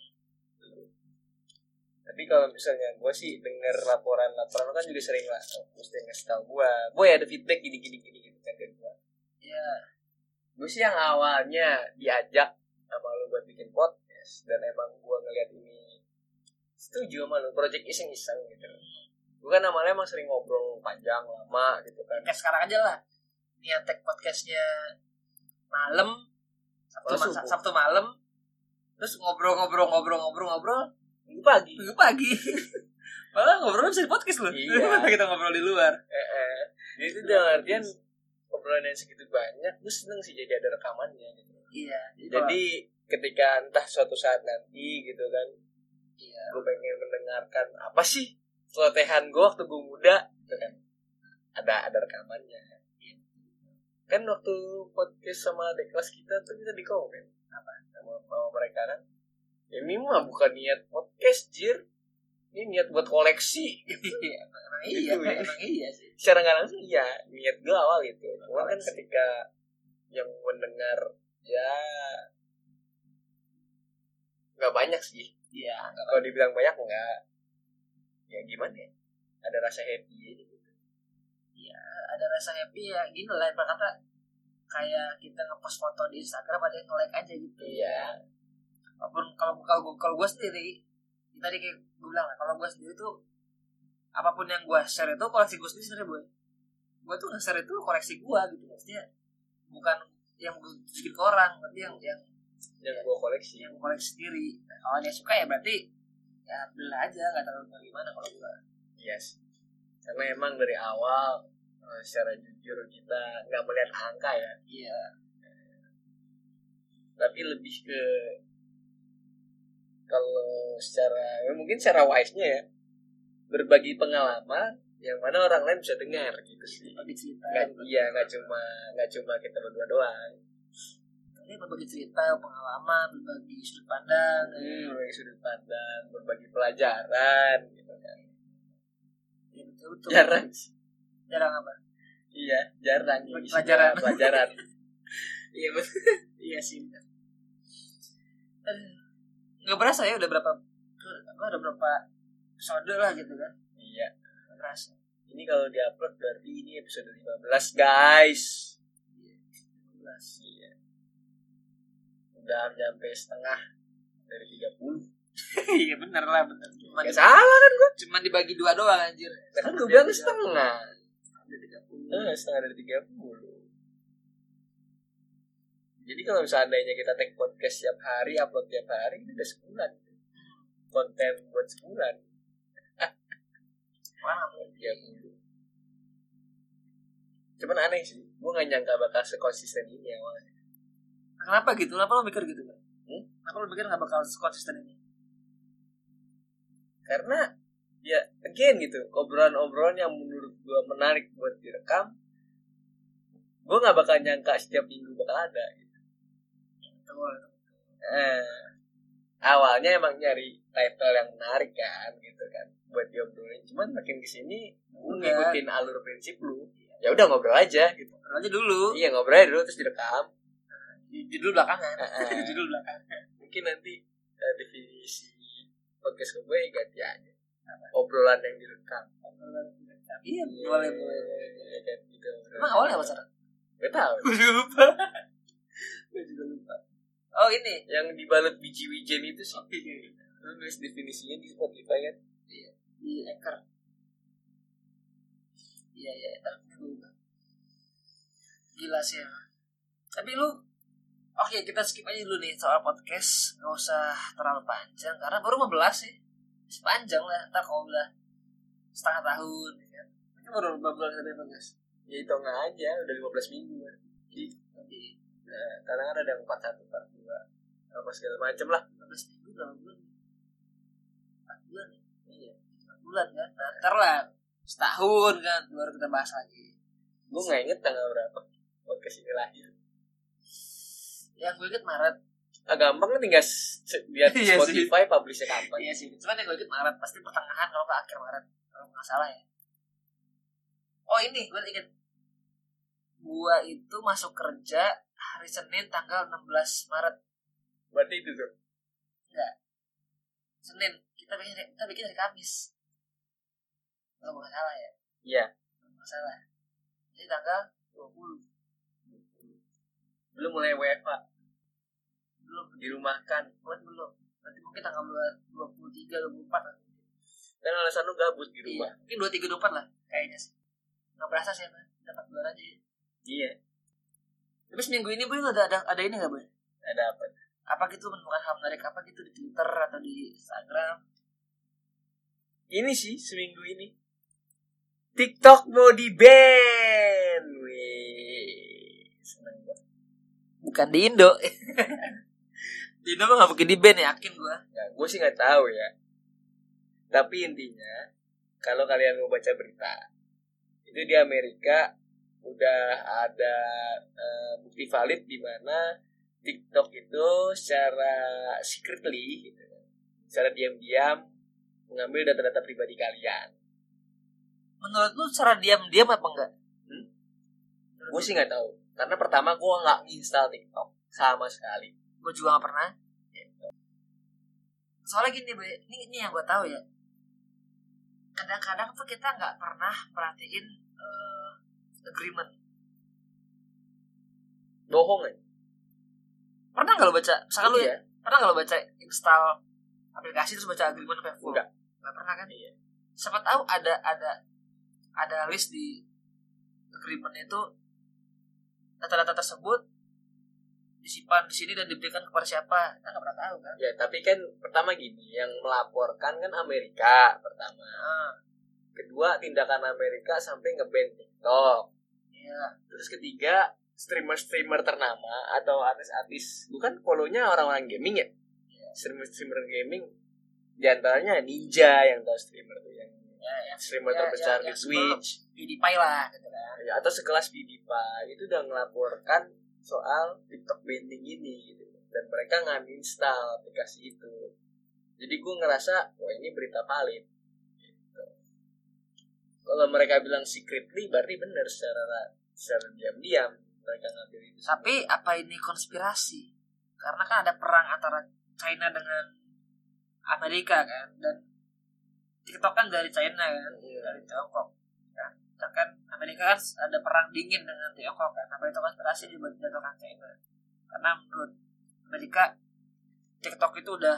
Tapi kalau misalnya gue sih denger laporan kan juga sering lah. Mesti ngasih tau gue ada feedback gini gitu kan ke gue. Iya. Gue sih yang awalnya diajak sama lu buat bikin podcast, dan emang gue ngeliat ini setuju sama lu, project iseng-iseng gitu. Gue kan awalnya emang sering ngobrol panjang lama gitu kan. Kayak sekarang aja lah, niat tag podcastnya malam, Sabtu malam, terus ngobrol minggu pagi. Malah ngobrol bisa di podcast loh. Iya. Kita ngobrol di luar. Jadi dalam artian obrolan yang segitu banyak, gue seneng sih jadi ada rekamannya gitu. Iya. Jadi ketika entah suatu saat nanti gitu kan, gue pengen mendengarkan apa sih celotehan gue waktu gue muda gitu kan, ada rekamannya. Kan waktu podcast sama adik kelas kita tuh kita dikomen sama mereka kan, ini mah bukan niat podcast jir, ini niat buat koleksi. Emang iya sih. Secara nggak langsung iya niat gue awal gitu. Cuma kan ketika yang mendengar ya nggak banyak sih. Iya. Kalau dibilang banyak nggak, ya gimana ya? Ada rasa happy aja gitu. Iya, ada rasa happy ya. Gini lah, kata kayak kita ngepost foto di Instagram ada yang nge-like aja gitu. Iya. Walaupun kalau gue sendiri, tadi kayak gue bilang lah, kalau gue sendiri tuh apapun yang gue share itu koleksi gue sendiri sebenarnya, boy. Gue tuh nge-share itu koleksi gue gitu, maksudnya bukan yang gue bikin ke orang, tapi yang gue koleksi, yang gue koleksi sendiri. Nah, kalau dia suka ya berarti ya beli aja, nggak terlalu gimana kalau gue. Yes. Karena emang dari awal secara jujur kita nggak melihat angka ya. Iya. Tapi lebih ke kalau mungkin secara wise-nya ya, berbagi pengalaman yang mana orang lain bisa dengar gitu sih. Bagi cerita. Nggak cuma kita berdua doang. Tapi berbagi cerita, pengalaman, berbagi sudut pandang, berbagi sudut pandang, berbagi pelajaran gitu kan. Ya, betul. Jarang apa? Iya, jarang pelajaran. Iya betul. Iya sih. Nggak berasa ya udah berapa episode lah gitu kan. Iya, nggak berasa. Ini kalau diupload berarti ini episode 15 guys. 15. Iya. Udah nyampe setengah dari 30. Iya benar lah. Gak salah kan gue. Cuman dibagi 2 doang anjir. Kan gue bilang setengah. Setengah dari 30. Jadi kalau seandainya kita take podcast tiap hari, upload tiap hari, itu udah sebulan. Konten buat sebulan. Mana 30. Cuman aneh sih, gue gak nyangka bakal sekonsisten ini awalnya. Kenapa gitu? Kenapa lo mikir gitu kan? Kenapa lo mikir gak bakal konsisten ini? Karena ya again gitu, obrolan-obrolan yang menurut gue menarik buat direkam, gue gak bakal nyangka setiap minggu bakal ada gitu. Awalnya emang nyari title yang menarik kan gitu kan buat diobrolin, cuman makin kesini gue ngikutin alur prinsip lu. Ya udah ngobrol aja gitu. Ngobrol aja dulu. Iya, ngobrol aja dulu terus direkam. Judul belakangan. Judul belakangan. Mungkin nanti definisi podcast gue ganti aja. Obrolan yang direkam. Iya, boleh. Kan gitu. Emang awalnya apa cara? Gak tahu. Gue juga lupa. Oh ini yang dibalut biji wijen itu sih. Lu nulis definisinya di Spotify kan? Iya. Di Anchor. Iya, gila sih ya. Tapi lu oke, kita skip aja dulu nih soal podcast. Gak usah terlalu panjang karena baru 15 sih. Masih panjang lah. Ntar kalau udah setengah tahun kan. Ini baru berapa bulan kita podcast? Ya hitung aja, udah 15 minggu kan. Jadi kadang ada yang 41, 42 apa segala macem lah. 15 minggu berapa bulan? 4 bulan ya? Iya, 4 bulan kan. Nah, ntar lah setahun kan baru kita bahas lagi. Gue gak inget tanggal berapa podcast ini lahir. Yang gue inget Maret. Gampang kan tinggal lihat Spotify publishnya kapan. Iya sih, cuman yang gue inget Maret. Pasti pertengahan kalau ke akhir Maret, kalau gak salah ya. Oh ini gue inget, gue itu masuk kerja hari Senin tanggal 16 Maret. Berarti itu tuh? Enggak, Senin. Kita bikin hari Kamis. Kalau gak salah ya. Iya. Gak salah. Jadi tanggal 20. Belum mulai WFH. Belum. Dirumahkan. Belum. Berarti mungkin tanggal 23, 24. Dan alasan lu gabut di rumah. Iya. Mungkin 23, 24 lah. Kayaknya sih. Gak berasa sih. Dapat bulan aja ya. Iya. Tapi seminggu ini Boy ada ini gak Boy? Ada apa? Apa gitu menemukan hal menarik apa gitu di Twitter atau di Instagram? Ini sih seminggu ini TikTok mau di-ban. Wih, seneng gue. Bukan di Indo. Di Indo mah gak mungkin di-ban, yakin gue. Ya, gue sih gak tahu ya. Tapi intinya, kalau kalian mau baca berita, itu di Amerika udah ada bukti valid di mana TikTok itu secara secretly, gitu, secara diam-diam mengambil data-data pribadi kalian. Menurut lu secara diam-diam apa enggak? Gue sih nggak tahu, karena pertama gue nggak install TikTok sama sekali. Gue juga nggak pernah. Soalnya gini, ini yang gue tahu ya. Kadang-kadang tuh kita nggak pernah perhatiin agreement. Bohong ya? Pernah nggak lo baca? Misalkan lu ya, pernah nggak lo baca install aplikasi terus baca agreement sampai full? Nggak pernah kan? Iya. Siapa tahu ada list di agreement itu data-data tersebut disimpan di sini dan diberikan kepada siapa? Kita nggak pernah tahu kan? Ya, tapi kan pertama gini, yang melaporkan kan Amerika pertama. Kedua, tindakan Amerika sampai nge-ban TikTok. Iya. Terus ketiga, streamer ternama atau artis-artis, bukan follow-nya orang-orang gaming ya? Streamer gaming, diantaranya Ninja yang tahu streamer tuh yang streamer terbesar di Twitch, PewDiePie lah gitu kan. Ya, atau sekelas PewDiePie itu udah ngelaporkan soal TikTok banning ini gitu. Dan mereka nge-uninstall aplikasi itu. Jadi gue ngerasa wah ini berita valid gitu. Kalau mereka bilang secretly berarti benar secara diam-diam mereka ngambil itu. Tapi apa ini konspirasi? Karena kan ada perang antara China dengan Amerika kan, dan TikTok kan dari China kan, dari Tiongkok kan. Kan Amerika kan ada perang dingin dengan Tiongkok kan. Apa itu konspirasi dijatuhkan China? Karena menurut Amerika TikTok itu udah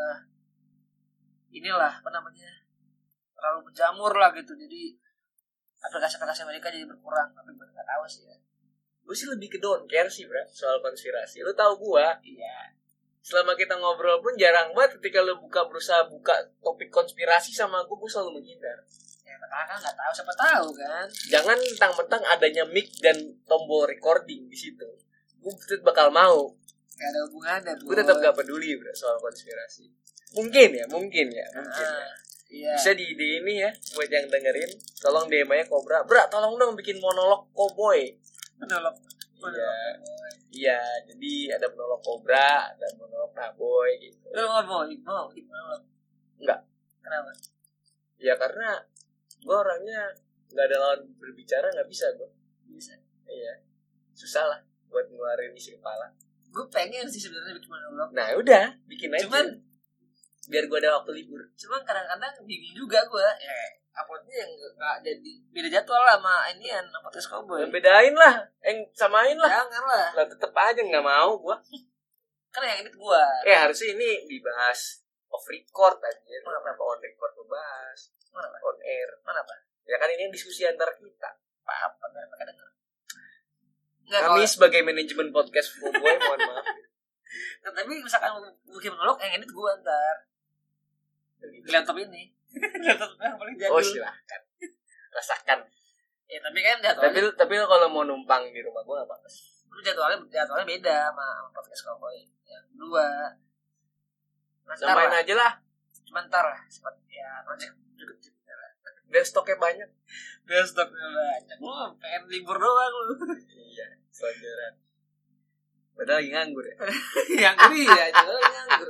inilah apa namanya, terlalu menjamur lah gitu. Jadi aplikasi Amerika jadi berkurang. Tapi gue nggak tahu sih ya. Gue sih lebih ke don't care sih bro soal konspirasi. Lu tahu gue? Iya. Selama kita ngobrol pun jarang banget ketika lu berusaha buka topik konspirasi sama gue selalu menghindar. Ya karena kan nggak tahu, siapa tahu kan. Jangan mentang-mentang adanya mic dan tombol recording di situ. Gue tetap bakal mau. Gak ada hubungannya. Gue tetap gak peduli bro soal konspirasi. Mungkin ya. Iya. Bisa di ini ya buat yang dengerin. Tolong DM-nya Cobra. Bra, tolong dong bikin monolog cowboy. Monolog. Iya, jadi ada monolog Cobra, ada monolog Naboy gitu. Lu mau monolog? Enggak. Kenapa? Ya karena gue orangnya nggak ada lawan berbicara, nggak bisa gue. Bisa. Iya, susah lah buat ngeluarin isi kepala. Gue pengen sih sebenarnya bikin monolog. Nah udah, bikin aja. Cuman biar gue ada waktu libur. Cuman kadang-kadang bingung juga gue. Ya, uploadnya yang nggak jadi beda jadwal lah sama inian podcast cowboy. Bedain lah, samain lah. Jangan lah. Lah tetep aja nggak mau gue. Kan yang edit gue. Harusnya ini dibahas off record aja. Kenapa on record lo bahas? On air. Mana apa? Ya kan ini diskusi antara kita. Apa mereka denger. Kami sebagai manajemen podcast cowboy mohon maaf. Nah, tapi misalkan bikin monolog yang edit gue ntar di laptop ini. Laptop yang paling jadul. Oh silahkan. Rasakan. Ya tapi kan jadwalnya. Tapi kalau mau numpang di rumah gue nggak apa-apa. Lu jadwalnya beda sama podcast cowboy yang kedua. Samain aja lah. Cuma ntar lah. Ya project lah. Stoknya banyak. Stoknya banyak. Lu pengen libur doang lu. Iya. Pelajaran. Padahal lagi nganggur ya. Nganggur ya. Padahal nganggur.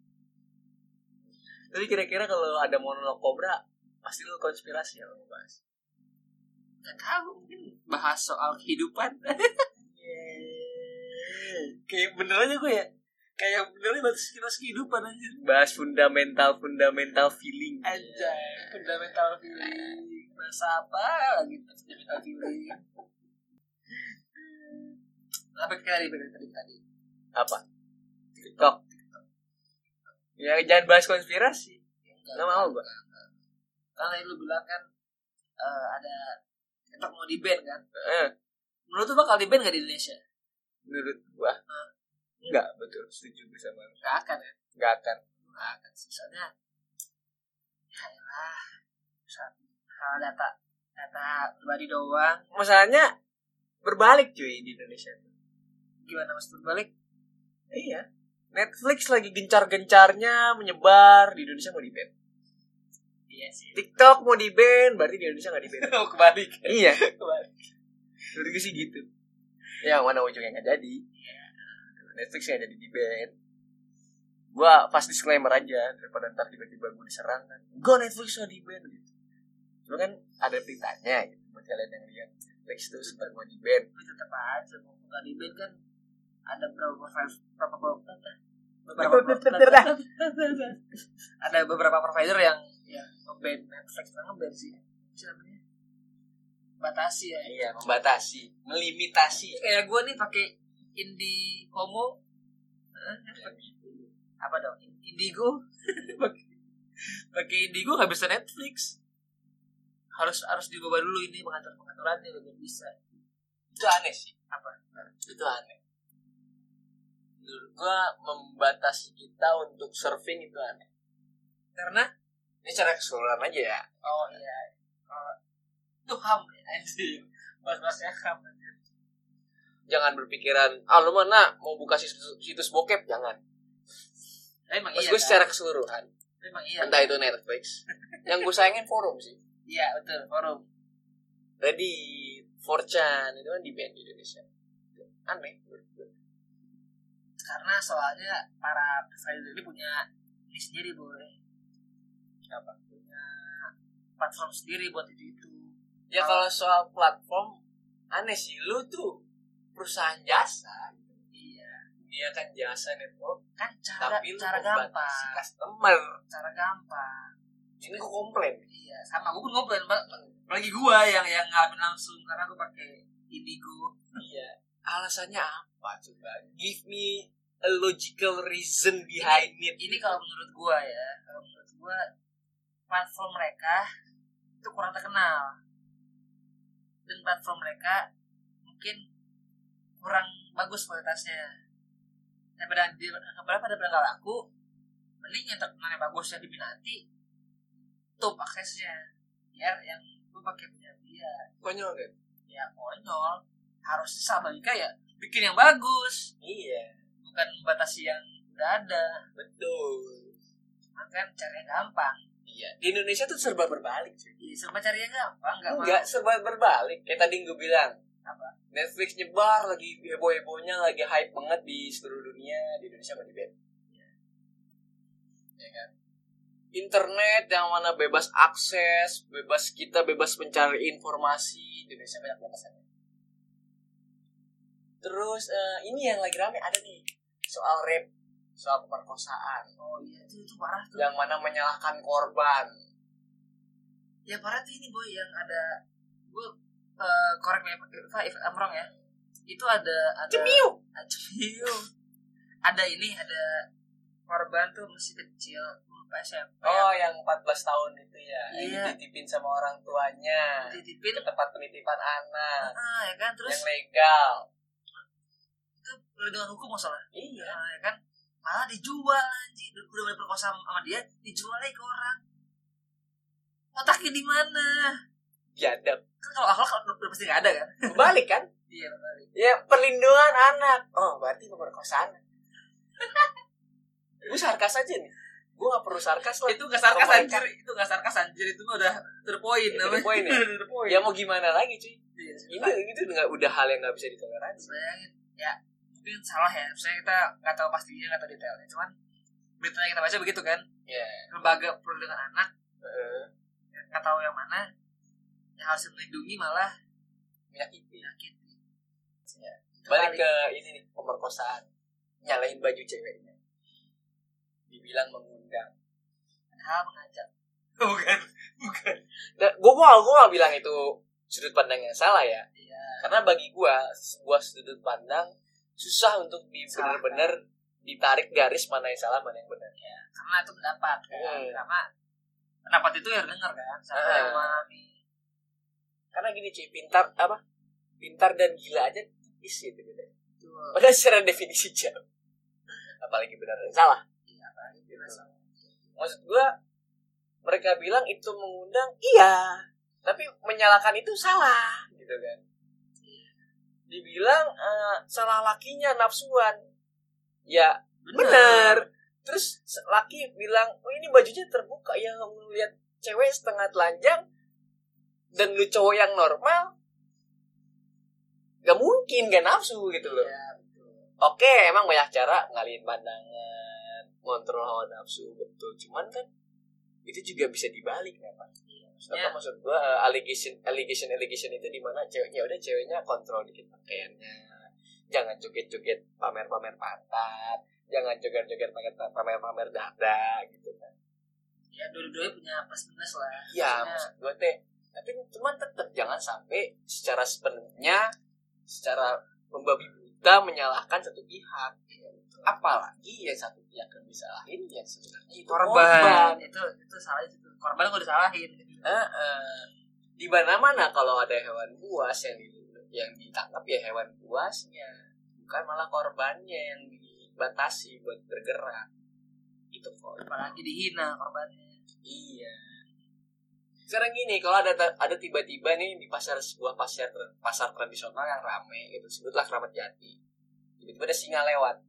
Tapi kira-kira kalau ada monolog Cobra pasti lu konspirasi ya lo bahas. Gak tahu, mungkin bahas soal kehidupan. Kayak bener aja gue ya. Kayak bener bahas kehidupan aja. Bahas fundamental feeling aja. Fundamental feeling. Bahasa apa lagi fundamental feeling. Apa tadi? Apa? TikTok. Ya jangan bahas konspirasi. Nggak mau gue. Karena lu bilang kan ada TikTok mau di-ban kan? Menurut lu bakal di-ban gak di Indonesia? Menurut gua enggak, betul, setuju bersama. Gak akan ya? Gak akan sih, soalnya hal data pribadi doang. Masalahnya berbalik cuy di Indonesia. Gimana mas berbalik? Iya, Netflix lagi gencar-gencarnya menyebar, di Indonesia mau di-ban. Iya sih. TikTok mau di-ban, berarti di Indonesia gak di-ban. Oh kebalik. Iya. Kebalik. Menurut gue sih gitu. Ya mana ujungnya gak jadi. Netflix gak jadi di-ban. Gua pas disclaimer aja daripada ntar tiba-tiba gue diserang kan. Gue Netflix gak di-ban gitu. Cuma kan ada beritanya gitu. Buat kalian yang lihat Netflix itu sempat mau di-ban. Tapi tetap aja mau gak di-ban kan ada ada beberapa provider yang nge-ban Netflix, nge-ban sih. Namanya batasi ya. Iya, membatasi, melimitasi. Kayak gue nih pakai IndiHomo. Apa dong? Indigo. Pakai Indigo nggak bisa Netflix. Harus diubah dulu ini pengaturannya biar bisa. Itu aneh sih. Apa? Itu aneh. Menurut gua membatasi kita untuk surfing itu aneh. Karena ini cara keseluruhan aja ya. Oh iya. Itu HAM ya anjir. Bahas-bahasnya HAM anjir. Jangan berpikiran, lu mana mau buka situs bokep, jangan. Emang iya. Kan? Gue secara keseluruhan. Emang iya. Entah itu Netflix. Yang gue sayangin forum sih. Iya betul, forum. Reddit, 4chan itu kan di ban di Indonesia. aneh. Karena soalnya para provider ini punya ini sendiri boy. Apa? Punya platform sendiri buat itu. Ya kalau soal platform aneh sih, lu tuh perusahaan jasa. Iya. Dia kan jasa network, Kan cara tapi lu gampang. membatasi customer. Cara gampang. Ini gue komplain. Iya, sama gue pun komplain, apalagi gue yang ngalamin langsung karena gue pakai Indigo. Iya. Alasannya apa coba? Give me a logical reason behind it. Ini kalau menurut gue ya, platform mereka itu kurang terkenal dan platform mereka mungkin kurang bagus kualitasnya. Daripada nggak laku, mending yang terkenal yang bagus yang diminati, top aksesnya, biar yang lu pakai punya dia. Konyol kan? Ya konyol, harus sama Ika ya bikin yang bagus. Iya. Bukan membatasi yang udah ada. Betul. Cuma kan caranya gampang. Iya. Di Indonesia tuh serba berbalik sih. Iya, serba cari yang gampang, Enggak, serba berbalik. Kayak tadi gue bilang. Apa? Netflix nyebar lagi heboh-hebohnya, lagi hype banget di seluruh dunia. Di Indonesia mau di-ban. Ya kan? Internet yang mana bebas akses, kita bebas mencari informasi. Di Indonesia banyak banget. Terus ini yang lagi rame ada nih, soal rape, soal pemerkosaan. Oh iya, itu parah tuh. Yang mana menyalahkan korban. Ya parah tuh ini boy, yang ada gue korek me if I'm wrong ya. Itu ada Cemiu. Ada korban tuh masih kecil, SMP. Oh, yang 14 tahun itu ya. Iya. Yang dititipin sama orang tuanya. Dititipin ke tempat penitipan anak. ya kan, terus yang legal. itu perlindungan hukum masalah. Iya. Ya kan, malah dijual anjing. Udah mulai perkosa sama dia, dijual lagi ke orang. Otaknya di mana? Biadab. Kan kalau akhlak udah pasti nggak ada kan? Balik kan? Iya balik. Ya, perlindungan anak. Oh, berarti pemerkosaan. Gue sarkas aja nih. Gue gak perlu sarkas lah. Itu nggak sarkas anjir. Itu nggak sarkas anjir. Itu mah udah terpoint namanya. Poin ya? Ya mau gimana lagi cuy? Iya, Itu udah hal yang gak bisa ditoleransi. bayangin ya, mungkin salah ya. Misalnya kita nggak tahu pastinya, nggak tahu detailnya. Cuman berita yang kita baca begitu kan. Iya. Lembaga perlindungan anak nggak tahu yang mana yang harus melindungi malah Menyakiti. Ya. Balik ke ini nih, pemerkosaan. Nyalain baju ceweknya. Dibilang mengundang. hal mengajak. Bukan. Gue gak bilang itu sudut pandang yang salah ya. Iya. Karena bagi gue, sebuah sudut pandang susah untuk benar-benar ditarik garis mana yang salah, mana yang benar. Ya, karena itu pendapat kan. Karena pendapat itu yang dengar kan, siapa yang memahami. Karena gini cuy, pintar dan gila aja tipis gitu beda. Betul. Padahal secara definisi jauh. Apalagi benar dan salah. Iya, apalagi benar salah. Maksud gue, mereka bilang itu mengundang, iya. Tapi menyalahkan itu salah, gitu kan. Dibilang salah lakinya nafsuan. Ya, benar. Terus laki bilang, oh ini bajunya terbuka ya, ngeliat cewek setengah telanjang dan lu cowok yang normal, gak mungkin gak nafsu gitu loh. Iya, betul. Oke, emang banyak cara ngalihin pandangan, ngontrol hawa nafsu, betul. Cuman kan itu juga bisa dibalik memang. Ya. Maksud gua allegation itu di mana ceweknya kontrol dikit pakaiannya. Jangan joget-joget pamer-pamer pantat, jangan joget-joget pamer-pamer dada gitu kan. Ya, dua-duanya punya plus minus lah. Ya, maksud gua tapi cuman tetap jangan sampai secara sepenuhnya, secara membabi buta menyalahkan satu pihak. Apalagi yang satu pihak yang disalahin yang sebenarnya itu korban. Itu salah itu. Korban kok disalahin. Di mana-mana kalau ada hewan buas yang ditangkap ya hewan buasnya, bukan malah korbannya yang dibatasi buat bergerak. Itu kok. Apalagi dihina korbannya. Iya. Sekarang gini, kalau ada tiba-tiba nih di sebuah pasar tradisional yang ramai gitu, sebutlah Kramat Jati. Tiba-tiba ada singa lewat.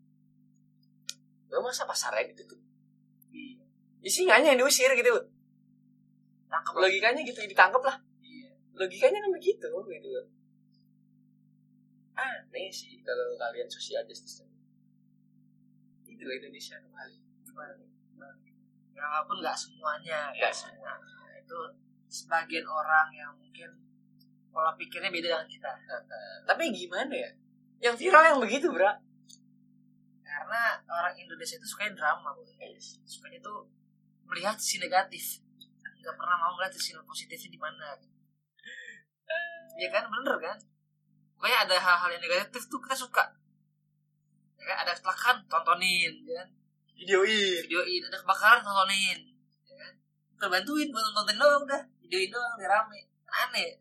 Lo masa pasarnya ditutup? Iya. Ya singanya yang diusir gitu. Tangkap Logikanya gitu, ditangkap lah. Iya. Logikanya kan begitu gitu. aneh sih kalau kalian social justice. Itu Indonesia kembali. Ya walaupun nggak semuanya. Nggak semua. Nah, itu sebagian orang yang mungkin pola pikirnya beda dengan kita. Tapi gimana ya? Yang viral yang begitu, bro. Karena orang Indonesia itu sukanya drama, sukanya tuh melihat sisi negatif, nggak pernah mau melihat sisi positifnya di mana. Ya kan, bener kan? Pokoknya ada hal-hal yang negatif tuh kita suka. Ya kan? Ada kecelakaan, tontonin, ya kan? Videoin, ada kebakaran, tontonin, ya kan? Terbantuin buat nontonin doang, udah videoin doang, biar rame. Aneh.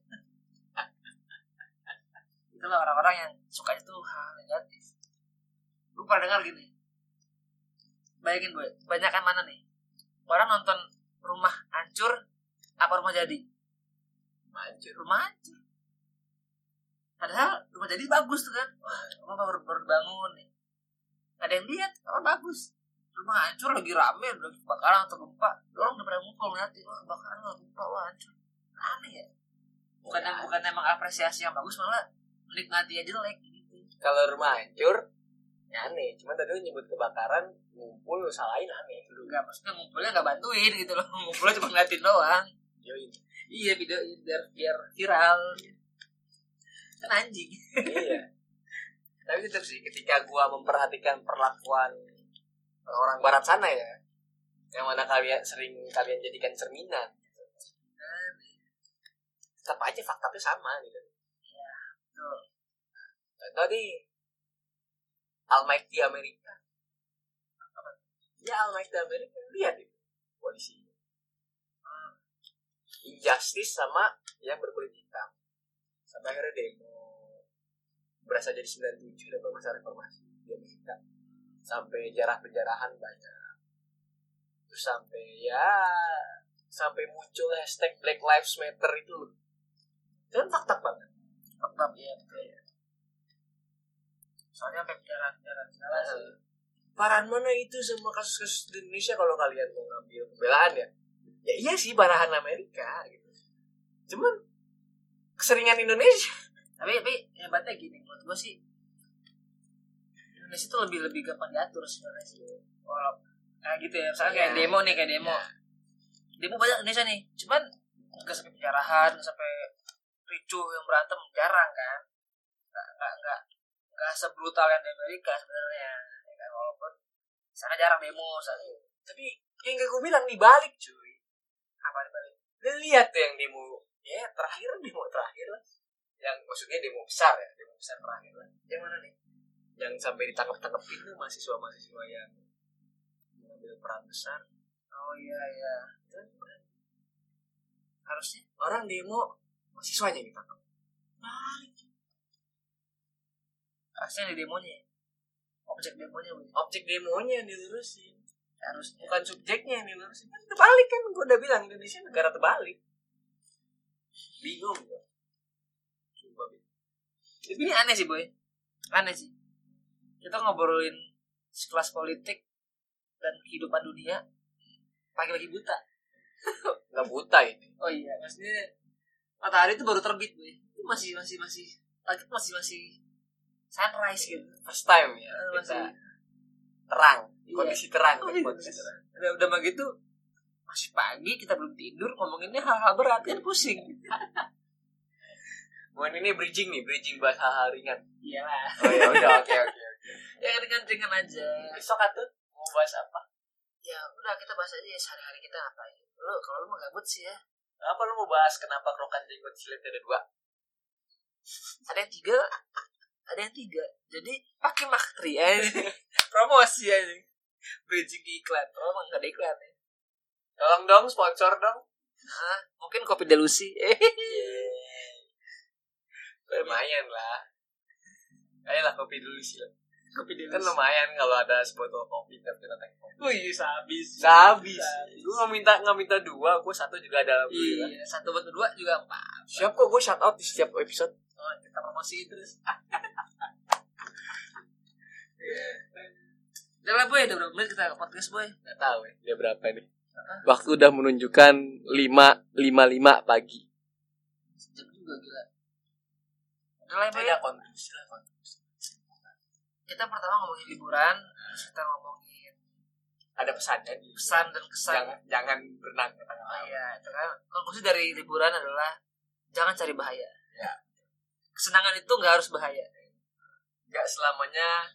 Itulah orang-orang yang sukanya tuh hal negatif. Lu pernah dengar gini? Bayangin gue, kebanyakan mana nih? Orang nonton rumah hancur apa rumah jadi? Rumah hancur. Padahal rumah jadi bagus tuh kan. Wah, rumah baru bangun nih. Ada yang lihat, oh bagus. Rumah hancur lagi rame, lagi kebakaran atau gempa. Orang udah pada ngumpul ngeliatin, wah kebakaran, wah gempa, wah hancur. Aneh ya? Bukan emang apresiasi yang bagus, malah menikmati aja jelek gitu. Kalau rumah hancur, ya aneh. Cuma tadi lu nyebut kebakaran, ngumpul lu salahin aneh. Enggak, maksudnya ngumpulnya nggak bantuin gitu loh. Ngumpulnya cuma ngeliatin doang. Videoin. Iya, videoin biar viral. Kan anjing. Iya. Tapi tetap sih ketika gua memperhatikan perlakuan orang barat sana ya, yang mana sering kalian jadikan cerminan, tetap aja faktanya sama gitu. Iya, betul. Tadi Almighty Amerika. Ya Almighty Amerika, lihat itu polisinya. Injustice sama yang berkulit hitam. Sampai akhirnya demo. Berasa jadi 97 dapat masa reformasi di Amerika. Sampai penjarahan banyak. Terus sampai muncul hashtag Black Lives Matter itu. Itu kan fakta banget. Fakta ya, betul ya. Soalnya sampai penjarahan segala sih. Parahan mana itu sama kasus-kasus di Indonesia kalau kalian mau ngambil pembelaan ya? Ya iya sih parahan Amerika gitu. Cuman keseringan Indonesia. Tapi hebatnya gini, menurut gue sih Indonesia tuh lebih gampang diatur sebenarnya sih. Walau kayak gitu ya, misalnya kayak demo nih, demo banyak Indonesia nih, cuman nggak sampai penjarahan, nggak sampai ricuh yang berantem, jarang kan? Nggak sebrutal yang di Amerika sebenarnya. Ya kan, walaupun sana jarang demo, tapi yang gak gue bilang dibalik cuy. Apa dibalik? Lu lihat tuh yang demo terakhir lah. Yang maksudnya demo besar terakhir lah. Yang mana nih? Yang sampai ditangkap-tangkepin tuh mahasiswa yang mengambil peran besar. Oh iya. Harusnya orang demo mahasiswanya ditangkap. harusnya di demonya. Objek demonya yang dilurusin. Harusnya. Bukan subjeknya yang dilurusin. Kan terbalik kan, gue udah bilang Indonesia negara terbalik. Bingung gue. Ini aneh sih boy. Kita ngobrolin kelas politik dan kehidupan dunia pagi-pagi buta. Nggak buta ini. Oh iya, maksudnya matahari itu baru terbit boy. Itu masih langit masih sunrise gitu. First time ya. Masih terang. Iya. Kondisi terang. Udah begitu masih pagi, kita belum tidur, ngomonginnya hal-hal berat kan pusing. Ini bridging bahas hal-hal ringan. Iyalah. Oh ya udah, oke. Ya ringan aja. Besok atau mau bahas apa? Ya udah, kita bahas aja sehari-hari kita ngapain. Kalau lu mah gabut sih ya. Apa lu mau bahas kenapa kerokan jenggot silet ada 2? Ada yang 3. Jadi pakai maktri promosi aja. Bridging iklan. Oh, emang enggak ada iklan ya. Tolong dong, sponsor dong. Mungkin kopi delusi. Lumayan lah. Ayolah kopi dulu sih. Kopi delusi. Kan lumayan kalau ada sebotol kopi kan kita tag kopi. Wih, habis. Gue nggak minta 2, gue 1 juga ada. Iya, 1 buat 2 juga 4. Siap kok, gue shout out di setiap episode. Oh, kita promosi terus. Udah lah boy, udah berapa menit kita podcast boy? Nggak tahu ya, dia berapa nih? Waktu udah menunjukkan 5:55 pagi. Sejam juga gila. Udah lah ya, Boy. Ada kontribusi. Kita pertama ngomongin liburan, terus kita ngomongin Ada pesannya di pesan dan kesan. jangan berenang ke tengah Oh laut. iya, itu kan konklusi dari liburan adalah jangan cari bahaya. Ya. Kesenangan itu nggak harus bahaya. Nggak selamanya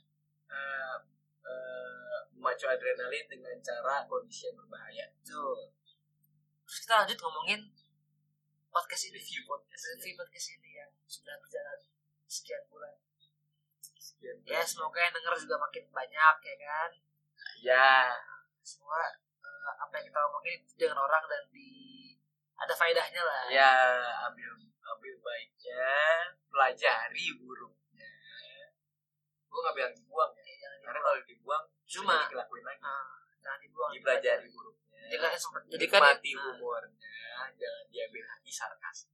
memacu adrenalin dengan cara kondisi yang berbahaya. Tuh. Terus kita lanjut ngomongin podcast ini. Review podcast ini yang sudah berjalan sekian bulan. Ya semoga yang denger juga makin banyak ya kan. Ya, Semua apa yang kita omongin dengan orang dan ada faedahnya lah. ya ambil baiknya, pelajari buruknya. Gue nggak bilang dibuang ya, karena kalau dibuang Cuma dilakuin lagi. jangan dibuang. Dipelajari buruknya. Jadi kan Nikmati humornya, jangan diambil hati sarkas.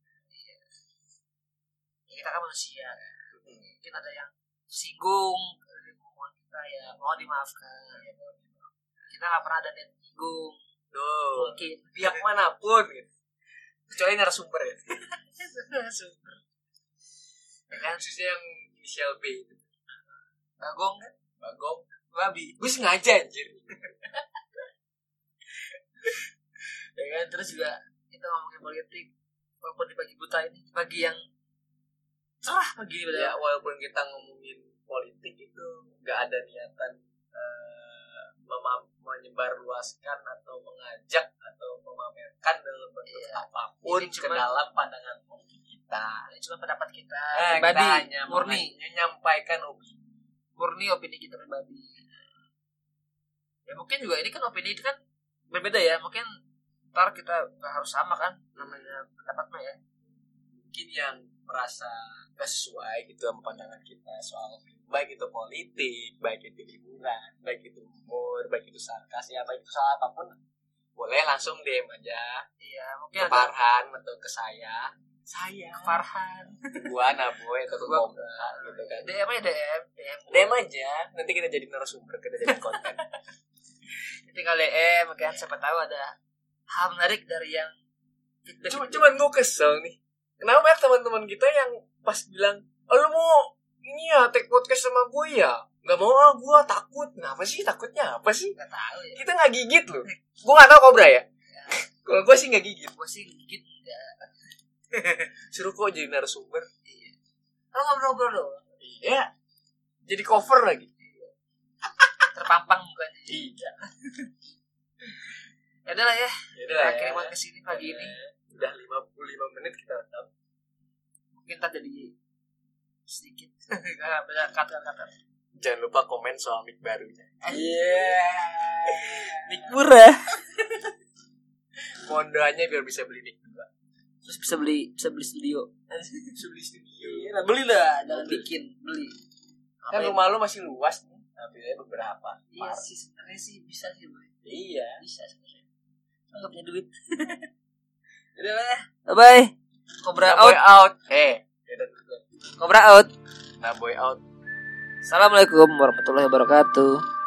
ya kita kan manusia kan. Mungkin ada yang singgung dari omongan kita, ya mohon dimaafkan. Kita nggak pernah ada niat singgung. Tuh, Mungkin pihak manapun gitu. Kecuali narasumber ya. sumber. Ya kan Khususnya yang inisial B itu. Bagong kan, Bagong. babi. Gue sengaja anjir. Ya kan terus juga kita ngomongin politik walaupun di pagi buta ini, pagi yang cerah pagi ini Ya, walaupun kita ngomongin politik itu nggak ada niatan menyebarluaskan atau mengajak atau memamerkan dalam bentuk apapun Ini ke cuma- dalam pandangan politik kita. cuma pendapat kita Kita pribadi, hanya murni menyampaikan opini kita pribadi. Ya mungkin juga ini kan opini itu kan berbeda ya, mungkin ntar kita nggak harus sama kan namanya pendapat mah ya. mungkin yang merasa gak sesuai gitu sama pandangan kita soal baik itu politik, baik itu liburan, baik itu humor, baik itu sarkas, ya baik itu soal apapun, boleh langsung DM aja Iya mungkin ke ada Farhan atau ke saya Farhan gua Naboy atau ke Gua- Cobra gitu kan. DM aja DM DM aja, nanti kita jadi narasumber, kita jadi konten. tinggal DM kan, siapa tahu ada hal menarik dari yang feedback. Cuman gue kesel nih, kenapa banyak teman-teman kita yang pas bilang, oh, lu mau ini ya take podcast sama gue ya, nggak mau, gue takut. Kenapa sih, takutnya apa sih? nggak tahu ya. Kita nggak gigit loh. Gue nggak tahu Cobra ya. Kalau gue sih nggak gigit. Gue sih gigit enggak. Suruh kok jadi narasumber. Kalau ngobrol-ngobrol doang. Iya. Jadi cover lagi. Terpampang mukanya. Iya. Ya udah lah ya. Yaudah Akhirnya buat kesini pagi ini. Udah 55 menit kita rekam. Mungkin tak jadi sedikit. Beda kata. Jangan lupa komen soal mic barunya. Iya. Mic murah. Mohon doanya biar bisa beli mic juga. Terus bisa beli studio. Bisa beli studio. Iya, beli lah, jangan bikin, beli. Kan rumah lu masih luas nih. Ambilnya beberapa. Iya sih, sebenarnya sih bisa sih, Boy. Iya. Bisa sebenarnya. Cuma nggak punya duit. Udah lah ya. Bye. Cobra Naboy out. out. Cobra out. Naboy out. Assalamualaikum warahmatullahi wabarakatuh.